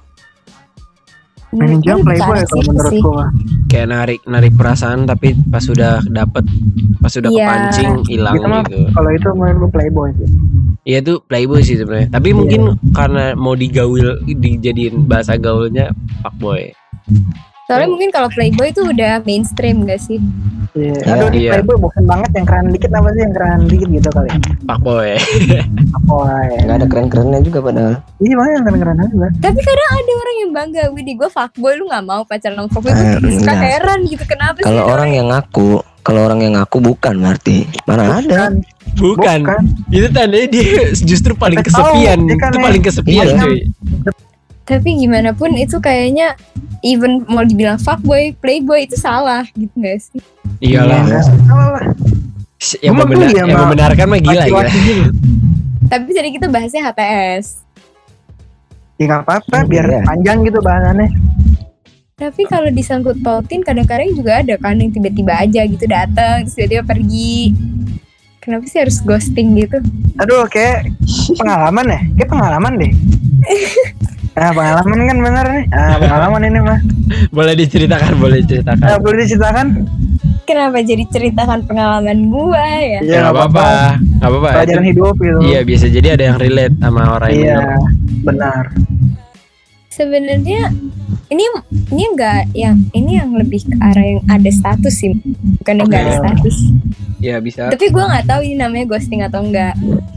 Mainin cewek lebih ke playboy arah kalau situ menurut sih. gua. Kayak narik perasaan tapi pas sudah dapet, pas sudah Iya. kepancing hilang Gitu mah, gitu. kalau itu menurut gua playboy sih. Iya tuh playboy sih sebenarnya. Tapi mungkin karena mau dijadiin bahasa gaulnya fuckboy. Soalnya mungkin kalau playboy itu udah mainstream gak sih? Iya. Iya. Aduh, di Iya. playboy bukan banget yang keren dikit, apa sih yang keren dikit gitu kali. Fuckboy. Apa ya? Nggak ada keren-kerennya juga padahal. Iya, makanya yang keren-keren aja. Tapi kadang ada orang yang bangga, Widih gue fuckboy, lu gak mau pacaran sama fuckboy. Ah, Gue suka enggak. heran gitu, kenapa sih? Kalau orang yang ngaku bukan berarti mana ada. Bukan. Itu tandanya dia justru paling Tapi tahu, kesepian. dia kan Itu ya. paling kesepian Iya. cuy. Tapi gimana pun itu kayaknya even mau dibilang fuckboy, playboy itu salah gitu gak sih? Iyalah. Nggak salah lah. Yang, Gua peduli yang sama membenarkan mah gila gila. Laki-laki gitu. Tapi tadi kita bahasnya HTS. Ya nggak apa-apa, biar Iya. panjang gitu bahasannya. Tapi kalau disangkut pautin kadang-kadang juga ada kan yang tiba-tiba aja gitu datang, terus tiba-tiba pergi. Kenapa sih harus ghosting gitu? Aduh, kayak pengalaman ya? Kayak pengalaman deh. Nah, pengalaman kan bener nih. Ah, pengalaman ini mah. Boleh diceritakan, boleh Nah, diceritakan. boleh diceritakan? Kenapa jadi ceritakan pengalaman gua ya? Ya nggak apa-apa, nggak apa-apa. Pelajaran hidup gitu. Iya biasa jadi ada yang relate sama orang yang Iya, denger. benar. Sebenarnya ini yang lebih ke arah yang ada status sih, bukan yang nggak ada Oke. status. Iya bisa. Tapi gua nggak tahu ini namanya ghosting atau enggak.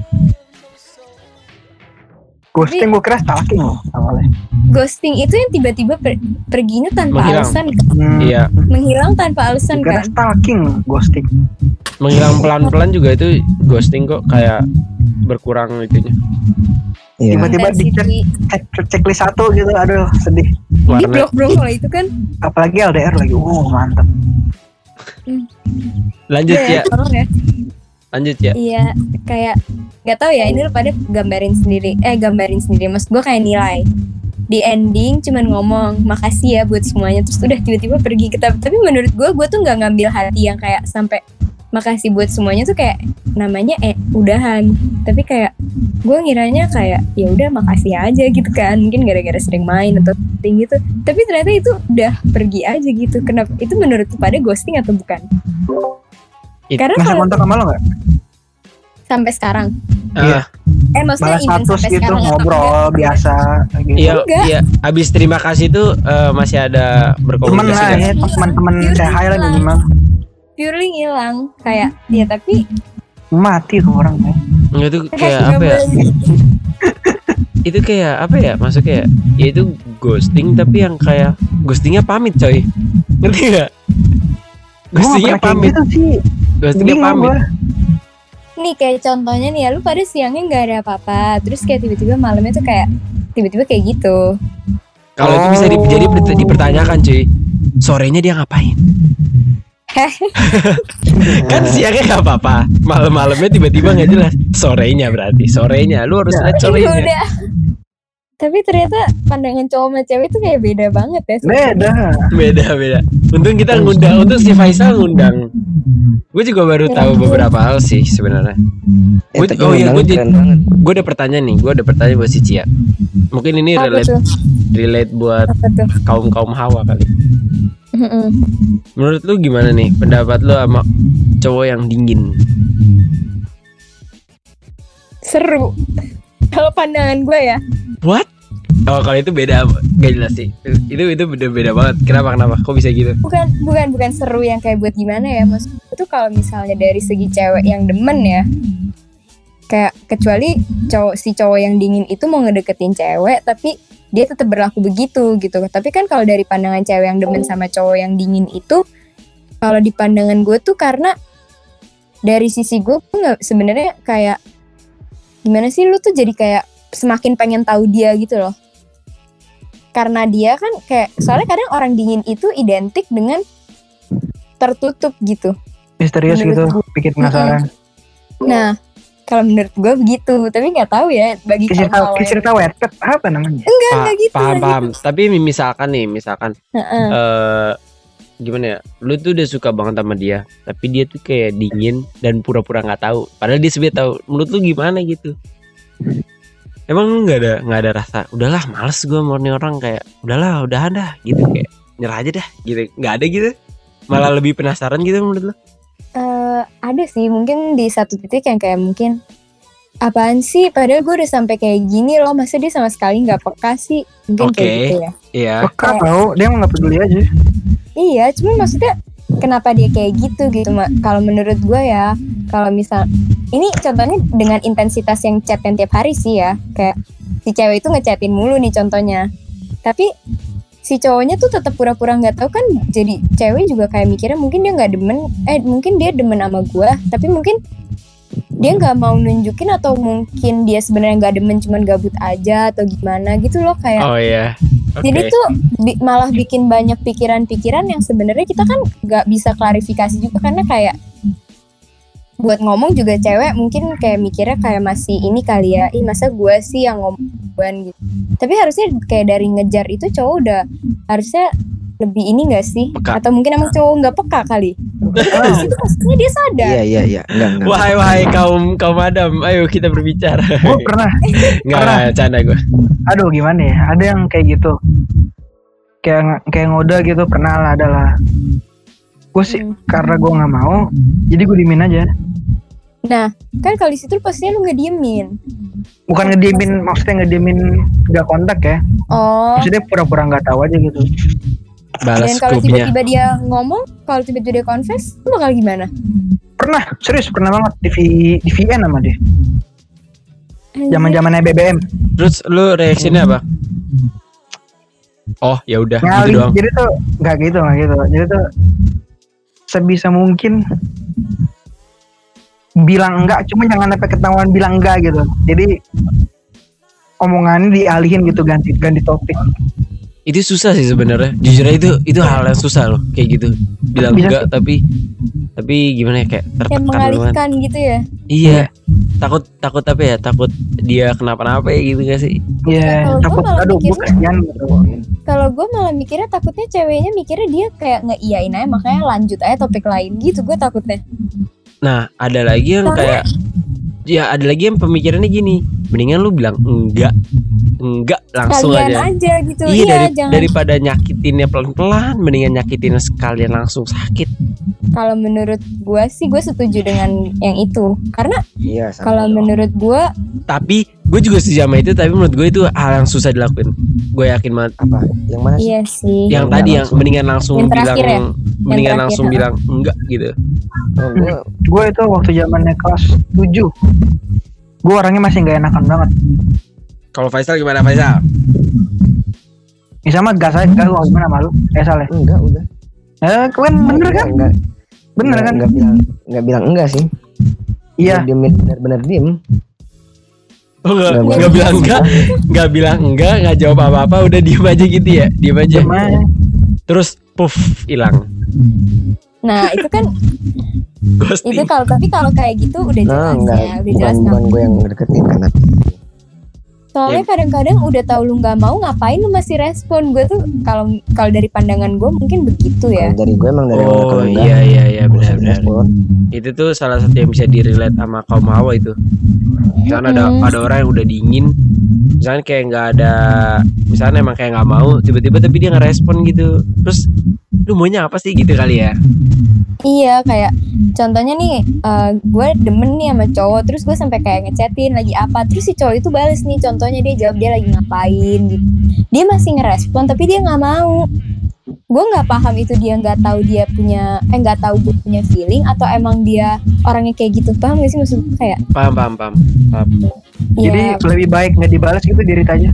Ghosting gue kira stalking loh awalnya. Ghosting itu yang tiba-tiba perginya tanpa Menghilang. alasan, Iya, menghilang tanpa alasan Kira kan? stalking ghosting. menghilang pelan-pelan juga itu ghosting kok, kayak berkurang itunya. Iya. Tiba-tiba dicek checklist satu gitu, aduh sedih. Di Warna. blok bro kalau itu kan. Apalagi LDR lagi, mantap. Lanjut ya, Tolong ya. lanjut ya. Iya, kayak nggak tahu ya ini lu pada gambarin sendiri. Maksud gue kayak nilai. Di ending cuman ngomong makasih ya buat semuanya, terus udah tiba-tiba pergi ke tapi menurut gue tuh nggak ngambil hati yang kayak sampai makasih buat semuanya tuh kayak namanya udahan. Tapi kayak gue ngiranya kayak ya udah makasih aja gitu kan, mungkin gara-gara sering main atau something gitu. Tapi ternyata itu udah pergi aja gitu. Kenapa? Itu menurut lu pada ghosting atau bukan? Karena Masih kalau kontak sama lo gak? sampai sekarang Ah, maksudnya balas even status sampai gitu, sekarang atau ngobrol enggak? biasa gitu. Iya, Enggak. iya. Abis terima kasih tuh masih ada Temen berkomunikasi lah nggak? ya, teman-teman saya hai lah minimal. Purely hilang kayak ya tapi Mati tuh orang ya. Nggak, itu kayak nggak apa ya? boleh gitu. Itu kayak apa ya? Masuknya ya itu ghosting tapi yang kayak ghostingnya pamit coy. Ngerti nggak? Gue Ghostingnya gak pernah kayak pamit. gitu sih. Ghostingnya Bingung pamit. gue. Nih kayak contohnya nih ya, lu pada siangnya nggak ada apa-apa, terus kayak tiba-tiba malamnya tuh kayak tiba-tiba kayak gitu. Kalau itu bisa jadi dipertanyakan cuy. Sorenya dia ngapain? Kan siangnya nggak apa-apa, malam-malamnya tiba-tiba nggak jelas. Sorenya berarti sorenya lu harus lihat sorenya. Udah. Tapi ternyata pandangan cowok sama cewek tuh kayak beda banget ya. Beda. Untung kita ngundang, untuk si Faisal ngundang. Gue juga baru tahu beberapa hal sih sebenarnya. Tapi keren banget. Gue ada pertanyaan nih. Gue ada pertanyaan buat si Cia. Mungkin ini Apa tuh? relate buat Apa tuh? kaum Hawa kali. Mm-mm. Menurut lu gimana nih pendapat lu sama cowok yang dingin? Seru. Kalau pandangan gue ya. What? Oh kalau itu beda, gak jelas sih. Itu beda banget. Kenapa? Kok bisa gitu? Bukan seru yang kayak buat gimana ya. Maksudnya tuh kalau misalnya dari segi cewek yang demen ya. Kayak kecuali si cowok yang dingin itu mau ngedeketin cewek tapi dia tetap berlaku begitu gitu. Tapi kan kalau dari pandangan cewek yang demen sama cowok yang dingin itu, kalau di pandangan gue tuh karena dari sisi gue nggak sebenarnya kayak gimana sih, lu tuh jadi kayak semakin pengen tahu dia gitu loh. Karena dia kan kayak, soalnya kadang orang dingin itu identik dengan tertutup gitu. Misterius Menurut gitu, bikin penasaran. Nah, kalau menurut gue begitu, tapi nggak tahu ya bagi kaum hawa. Kayak cerita Wattpad apa namanya? Enggak gitu. Paham. Tapi misalkan Heeh. gimana ya? Lu tuh udah suka banget sama dia, tapi dia tuh kayak dingin dan pura-pura nggak tahu. Padahal dia sebenarnya tahu. Menurut lu gimana gitu? Emang lu nggak ada rasa, udahlah males gue mau nih orang, kayak udahlah udahan dah gitu, kayak nyerah aja dah gitu, nggak ada gitu? Malah lebih penasaran gitu menurut lu? Ada sih, mungkin di satu titik yang kayak mungkin apaan sih, padahal gue udah sampai kayak gini loh, masa dia sama sekali nggak peka sih, mungkin kayak Oke. gitu ya. Iya. Peka tau, dia emang gak peduli aja. Iya, cuma maksudnya kenapa dia kayak gitu kalau menurut gue ya, kalau misal ini contohnya dengan intensitas yang chatnya tiap hari sih ya, kayak si cewek itu ngechatin mulu nih contohnya, tapi si cowoknya tuh tetap pura-pura nggak tahu kan, jadi cewek juga kayak mikirnya mungkin dia nggak demen, mungkin dia demen sama gue, tapi mungkin dia nggak mau nunjukin, atau mungkin dia sebenarnya nggak demen cuman gabut aja atau gimana gitu loh, kayak Oh iya. jadi tuh malah bikin banyak pikiran-pikiran yang sebenarnya kita kan nggak bisa klarifikasi juga, karena kayak buat ngomong juga cewek mungkin kayak mikirnya kayak masih ini kali ya, masa gue sih yang ngomong gitu. Tapi harusnya kayak dari ngejar itu cowok udah harusnya lebih ini gak sih? Peka. Atau mungkin emang cowok gak peka kali? Itu maksudnya dia sadar. Iya, enggak. Wahai kaum Adam, ayo kita berbicara. Gue pernah. Nggak, canda gue. Aduh gimana ya, ada yang kayak gitu, kayak ngoda gitu, pernah lah, ada lah. Gue sih karena gue nggak mau, jadi gue diemin aja. Nah, kan kalau di situ pastinya lu ngediemin. Bukan ngediemin, maksudnya ngediemin gak kontak ya. Oh. Maksudnya pura-pura nggak tahu aja gitu. Balas Dan kalau grupnya. tiba-tiba dia ngomong, kalau tiba-tiba dia confess, lu bakal gimana? Pernah, serius pernah banget di VN sama dia. Zaman-zamannya BBM. Terus lu reaksinya apa? Oh ya udah gitu Ngalih. doang. Jadi tuh nggak gitu. Jadi tuh sebisa mungkin bilang enggak, cuma jangan sampai ketahuan bilang enggak gitu. Jadi omongannya dialihin gitu, ganti topik. Itu susah sih sebenarnya. Jujur aja itu hal yang susah loh, kayak gitu. Bilang Bisa enggak tapi gimana ya, kayak Kayak tertekan banget. mengalihkan gitu ya. Iya. Takut apa ya? Takut dia kenapa-napa ya gitu gak sih? Iya, Kalau gua takut malah aduh gue mikirnya- kasihan gitu. Kalau gue malah mikirnya takutnya ceweknya mikirnya dia kayak ngeiyain aja, makanya lanjut aja topik lain gitu, gue takutnya. Nah, ada lagi yang Soalnya- kayak ya ada lagi yang pemikirannya gini. Mendingan lu bilang enggak enggak langsung aja gitu. Iya, jangan. daripada nyakitinnya pelan-pelan, mendingan nyakitinnya sekalian langsung sakit. Kalau menurut gue sih gue setuju dengan yang itu. Karena Iya. kalau menurut gue, Tapi gue juga setuju sama itu. Tapi menurut gue itu hal yang susah dilakuin. Gue yakin banget. apa? Yang mana sih? iya sih. Yang Enggak tadi yang langsung. mendingan langsung Yang bilang, terakhir ya? mendingan Yang langsung terakhir, bilang enggak gitu. Oh, Gue itu waktu zamannya kelas 7. Gue orangnya masih nggak enakan banget. Kalau Faisal gimana Faisal? Ya sama gas aja, gas lu gimana malu? Salah. enggak udah. Kalian bener kan? Enggak. Bener kan? Enggak bilang enggak sih. Iya. Dia benar-benar diem. Oh enggak Enggak bilang enggak, enggak jawab apa-apa, udah diem aja gitu ya. Diem aja. Diem aja. Terus puff hilang. Nah itu kan Ghosting. itu tapi kalau kayak gitu udah jelas enggak. ya, udah jelas Bukan gue yang deketin karena Soalnya kadang-kadang udah tahu lu nggak mau, ngapain lu masih respon? Gue tuh kalau dari pandangan gue mungkin begitu ya. kalau dari gue emang dari awal Oh kalau enggak. iya nggak usah benar-benar. direspon. Itu tuh salah satu yang bisa direlate sama kaum hawa itu. Misalnya ada orang yang udah dingin, misalnya kayak nggak ada, misalnya emang kayak nggak mau, tiba-tiba tapi dia ngerespon gitu. Terus lu maunya apa sih gitu kali ya? Iya, kayak contohnya nih, gue demen nih sama cowok, terus gue sampai kayak ngechatin lagi apa, terus si cowok itu bales nih, contohnya dia jawab dia lagi ngapain gitu, dia masih ngerespon tapi dia nggak mau. Gue nggak paham itu dia nggak tahu nggak tahu gue punya feeling atau emang dia orangnya kayak gitu. Paham gak sih maksud gue? Kayak Paham. Jadi ya, lebih baik nggak dibalas gitu diri aja.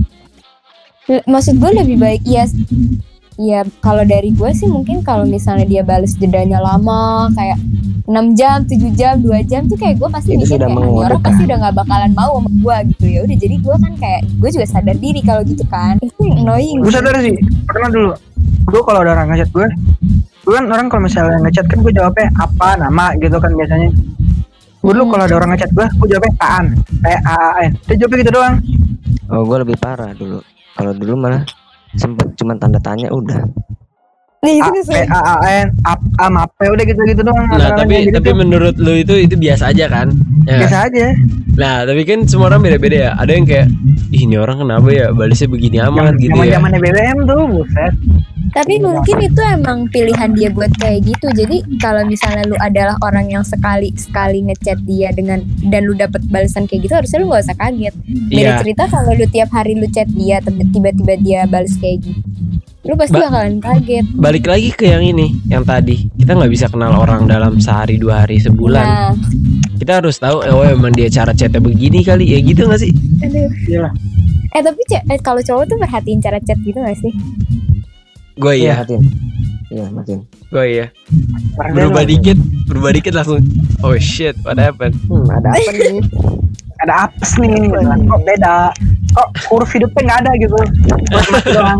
maksud gue lebih baik ya kalau dari gue sih mungkin kalau misalnya dia bales jedanya lama kayak 6 jam, 7 jam, 2 jam tuh kayak gue pasti Itu mikir sudah kayak "Ah, ini orang mengodokan." pasti udah gak bakalan mau sama gue gitu." Ya udah, jadi gue kan kayak gue juga sadar diri kalau gitu kan. Itu yang annoying. Gue sadar sih, pernah dulu. Gue kalau ada orang ngechat gue kan orang kalau misalnya ngechat kan gue jawabnya apa, nama gitu kan biasanya. Gue dulu kalau ada orang ngechat gue jawabnya Aan, P-A-A-N. Dia jawabnya gitu doang. Oh, gue lebih parah dulu. Kalau dulu malah sempet cuma tanda tanya udah. Nih itu tuh P-A-A-N, sama P, udah gitu doang. Nah tapi menurut lu itu biasa aja kan? Ya. Biasa aja. Nah tapi kan semua orang beda-beda ya. Ada yang kayak, ih ini orang kenapa ya balesnya begini amat gitu ya. Zaman-zamannya BBM tuh, buset. Tapi mungkin itu emang pilihan dia buat kayak gitu. Jadi kalau misalnya lu adalah orang yang sekali ngechat dia dan lu dapet balasan kayak gitu, harusnya lu gak usah kaget. Beda Iya. cerita kalau lu tiap hari lu chat dia tiba-tiba dia balas kayak gitu, lu pasti bakalan kaget. Balik lagi ke yang ini, yang tadi kita nggak bisa kenal orang dalam sehari, 2 hari, sebulan. Nah, Kita harus tahu, oh emang dia cara chatnya begini kali ya gitu nggak sih? aduh. Iyalah. Tapi kalau cowok tuh perhatiin cara chat gitu gak sih? Gue iya, Matiin. Iya, matiin. gue iya. Pernah Berubah dikit langsung. Oh shit, what happened? Ada apa nih? ada apes nih, kok beda, kok huruf hidupnya nggak ada gitu, mas doang.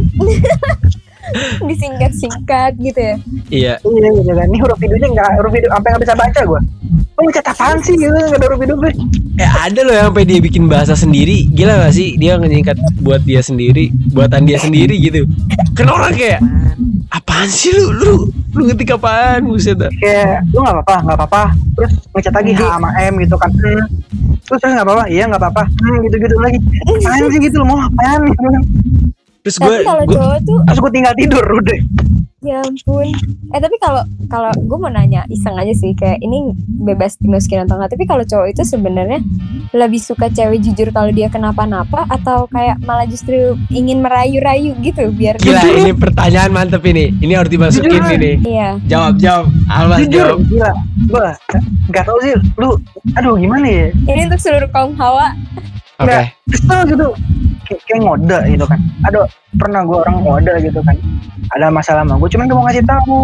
Disingkat-singkat gitu ya. Iya. Iya gitu kan, ini huruf hidupnya huruf hidup sampai nggak bisa baca gue. Lo ngecat apaan sih gitu, nggak ada huruf hidupnya. Ada loh yang sampai dia bikin bahasa sendiri. Gila gak sih? Dia nyingkat buat dia sendiri, buatan dia sendiri gitu. Kan orang kayak, apaan sih lu ngetik apaan? Buset dah. Kayak lu nggak apa-apa, terus ngecat lagi H sama M gitu kan. Terus nggak apa-apa, iya nggak apa-apa, gitu lagi. Apaan sih gitu, lu mau apaan gitu. Terus gue Tapi kalau cowok tuh, Terus gue tinggal tidur udah. ya ampun. Tapi kalau gue mau nanya iseng aja sih, kayak ini bebas dimasukin atau enggak. Tapi kalau cowok itu sebenarnya lebih suka cewek jujur kalau dia kenapa-napa, atau kayak malah justru ingin merayu-rayu gitu biar gila, ini pertanyaan mantep ini. Ini harus dimasukin Jujur. ini. Iya. Jawab. Almas Jujur, jawab. gila. Gue nggak tahu sih, lu, aduh gimana ya? Ini untuk seluruh kaum hawa. Oke. Nggak, kesel gitu. Kayak ngode gitu kan. Aduh, pernah gue orang ngode gitu kan. Ada masalah sama gue, cuman gue mau ngasih tahu.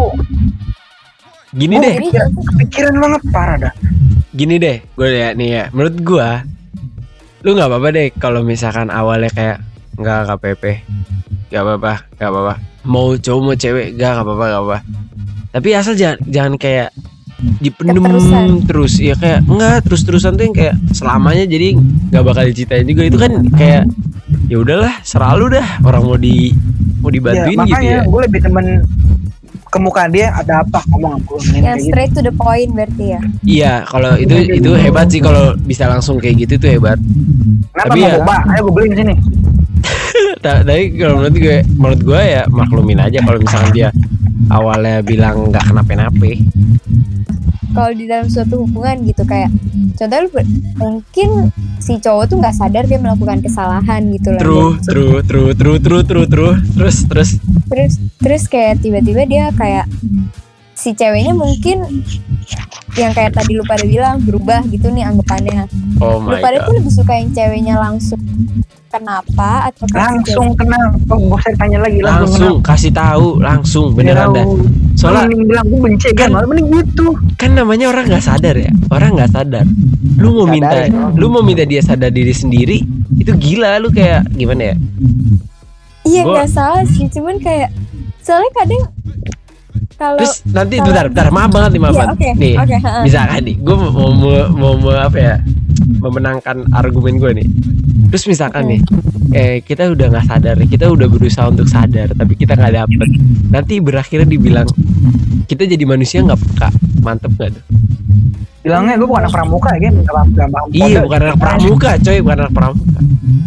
Gini Gua deh. kepikiran banget, parah dah. Gini deh, gue lihat nih ya. Menurut gue, lu nggak apa-apa deh kalau misalkan awalnya kayak nggak KPP, nggak apa-apa. Mau cowok mau cewek, nggak apa-apa. Tapi asal jangan kayak dipendem Keterusan. terus, ya kayak enggak terus-terusan tuh yang kayak selamanya, jadi nggak bakal diceritain juga. Itu kan kayak ya udahlah, selalu dah orang mau dibantuin Ya, gitu ya. makanya gue lebih temen ke muka dia ada apa ngomong sama gue. Yang straight to the point berarti ya. Iya, kalau itu hebat sih kalau bisa langsung kayak gitu, itu hebat. Kenapa tapi mau ya- boba? Ayo gue beliin sini. Tapi kalau menurut gue ya maklumin aja kalau misalkan dia awalnya bilang nggak kenapa-napa. Kalau di dalam suatu hubungan gitu kayak contoh lu mungkin si cowok tuh nggak sadar dia melakukan kesalahan gitu lah. Terus kayak tiba-tiba dia kayak si ceweknya mungkin yang kayak tadi lu pada bilang berubah gitu nih anggapannya. Oh my lu pada god. tuh lebih suka yang ceweknya langsung kenapa atau Langsung kenapa? Gak usah ditanya lagi. Langsung kasih tahu langsung beneran dah. Soalnya mending bilang gue benci kan, malah mending gitu. Kan namanya orang nggak sadar ya. Orang nggak sadar. Lu mau minta dia sadar diri sendiri, itu gila lu kayak gimana ya? Iya nggak salah sih, cuman kayak soalnya kadang kalau terus nanti bentar maaf banget nih nih misalkan nih gue mau apa ya memenangkan argumen gue nih. Terus misalkan nih kita udah nggak sadar, kita udah berusaha untuk sadar tapi kita nggak dapet, nanti berakhirnya dibilang kita jadi manusia nggak peka. Mantep nggak tuh? Bilangnya gue bukan anak pramuka ya, gampang. Iya bukan anak pramuka coy, bukan anak pramuka.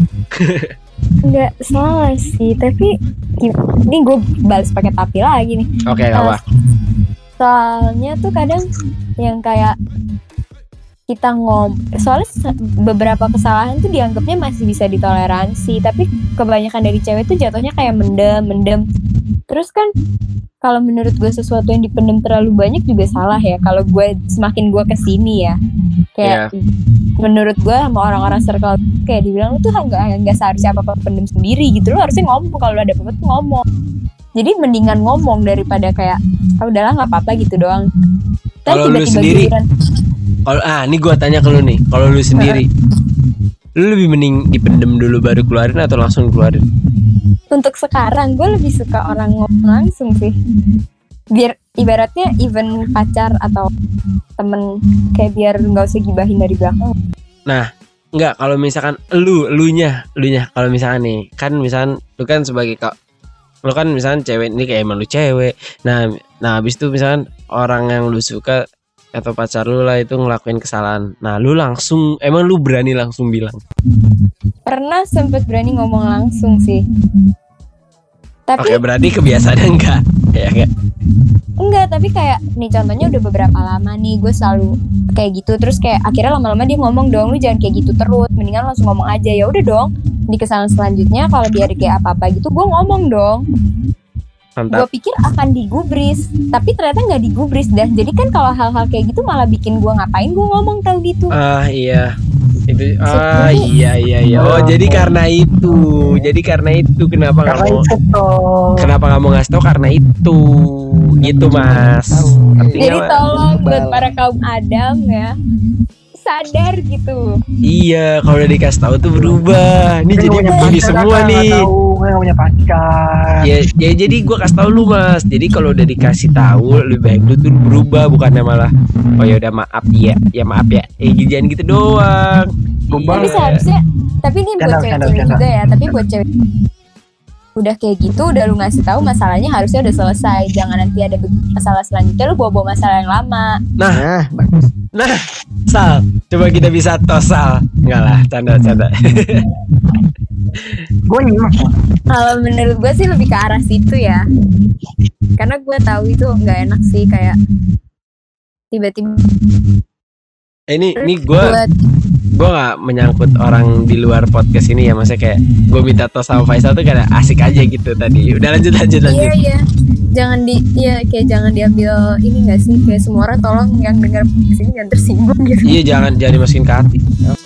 Nggak salah sih, tapi ini gue balas pakai tapi lagi nih. Oke, apa? Soalnya tuh kadang yang kayak kita soalnya beberapa kesalahan tuh dianggapnya masih bisa ditoleransi, tapi kebanyakan dari cewek tuh jatuhnya kayak mendem. Terus kan kalau menurut gue sesuatu yang dipendem terlalu banyak juga salah ya. Kalau gue semakin gue kesini ya, kayak menurut gue sama orang-orang circle kayak dibilang lu tuh nggak seharusnya apa-apa pendem sendiri gitu. Lu harusnya ngomong kalau ada apa-apa tuh ngomong. Jadi mendingan ngomong daripada kayak udahlah nggak apa-apa gitu doang. Kalau lu sendiri, ini gue tanya ke lu nih, kalau lu sendiri, lu lebih mending dipendem dulu baru keluarin atau langsung keluarin? Untuk sekarang gue lebih suka orang ngomong langsung sih. Biar ibaratnya even pacar atau temen kayak biar nggak usah gibahin dari belakang. Nah, enggak kalau misalkan elunya kalau misalkan nih, kan misalkan lu kan sebagai lu kan misalkan cewek ini kayak emang lu cewek. Nah habis itu misalkan orang yang lu suka atau pacar lu lah itu ngelakuin kesalahan. Nah, lu berani langsung bilang? Pernah sempet berani ngomong langsung sih. Tapi Oke, berarti kebiasaannya enggak? Ya enggak? Enggak, tapi kayak nih contohnya udah beberapa lama nih gue selalu kayak gitu. Terus kayak akhirnya lama-lama dia ngomong, dong lu jangan kayak gitu terus, mendingan langsung ngomong aja. Ya udah dong, di kesalahan selanjutnya kalau dia ada kayak apa-apa gitu gue ngomong dong. Gue pikir akan digubris, tapi ternyata nggak digubris dah. Jadi kan kalau hal-hal kayak gitu malah bikin gue ngapain gue ngomong tau gitu. Iya itu. Iya. Oh jadi karena itu kenapa nggak mau ngasih tau karena itu gitu mas. Jadi tolong buat para kaum Adam ya, sadar gitu. Iya, kalau udah dikasih tahu tuh berubah. Ini jadi begini semua nih. Gue gak punya pacar. Ya jadi gue kasih tahu lu mas. Jadi kalau udah dikasih tahu lebih baik lu tuh berubah, bukannya malah oh ya udah maaf ya maaf ya. Jangan gitu doang. Tapi seharusnya, tapi ini buat cewek-cewek juga ya. Tapi buat cewek udah kayak gitu, udah lu ngasih tahu masalahnya harusnya udah selesai. Jangan nanti ada masalah selanjutnya lu bawa masalah yang lama. Nah, Sal, coba kita bisa tos Sal. Enggak lah, canda. Gue nyimak. Kalau menurut gue sih lebih ke arah situ ya. Karena gue tahu itu nggak enak sih, kayak tiba-tiba. Ini gue nggak menyangkut orang di luar podcast ini ya, maksudnya kayak gue minta tos sama Faisal tuh kayak asik aja gitu tadi. Udah lanjut. Iya. Kayak jangan diambil ini nggak sih, kayak semua orang tolong yang dengar podcast ini jangan tersinggung gitu. Iya jangan dimasukin ke hati.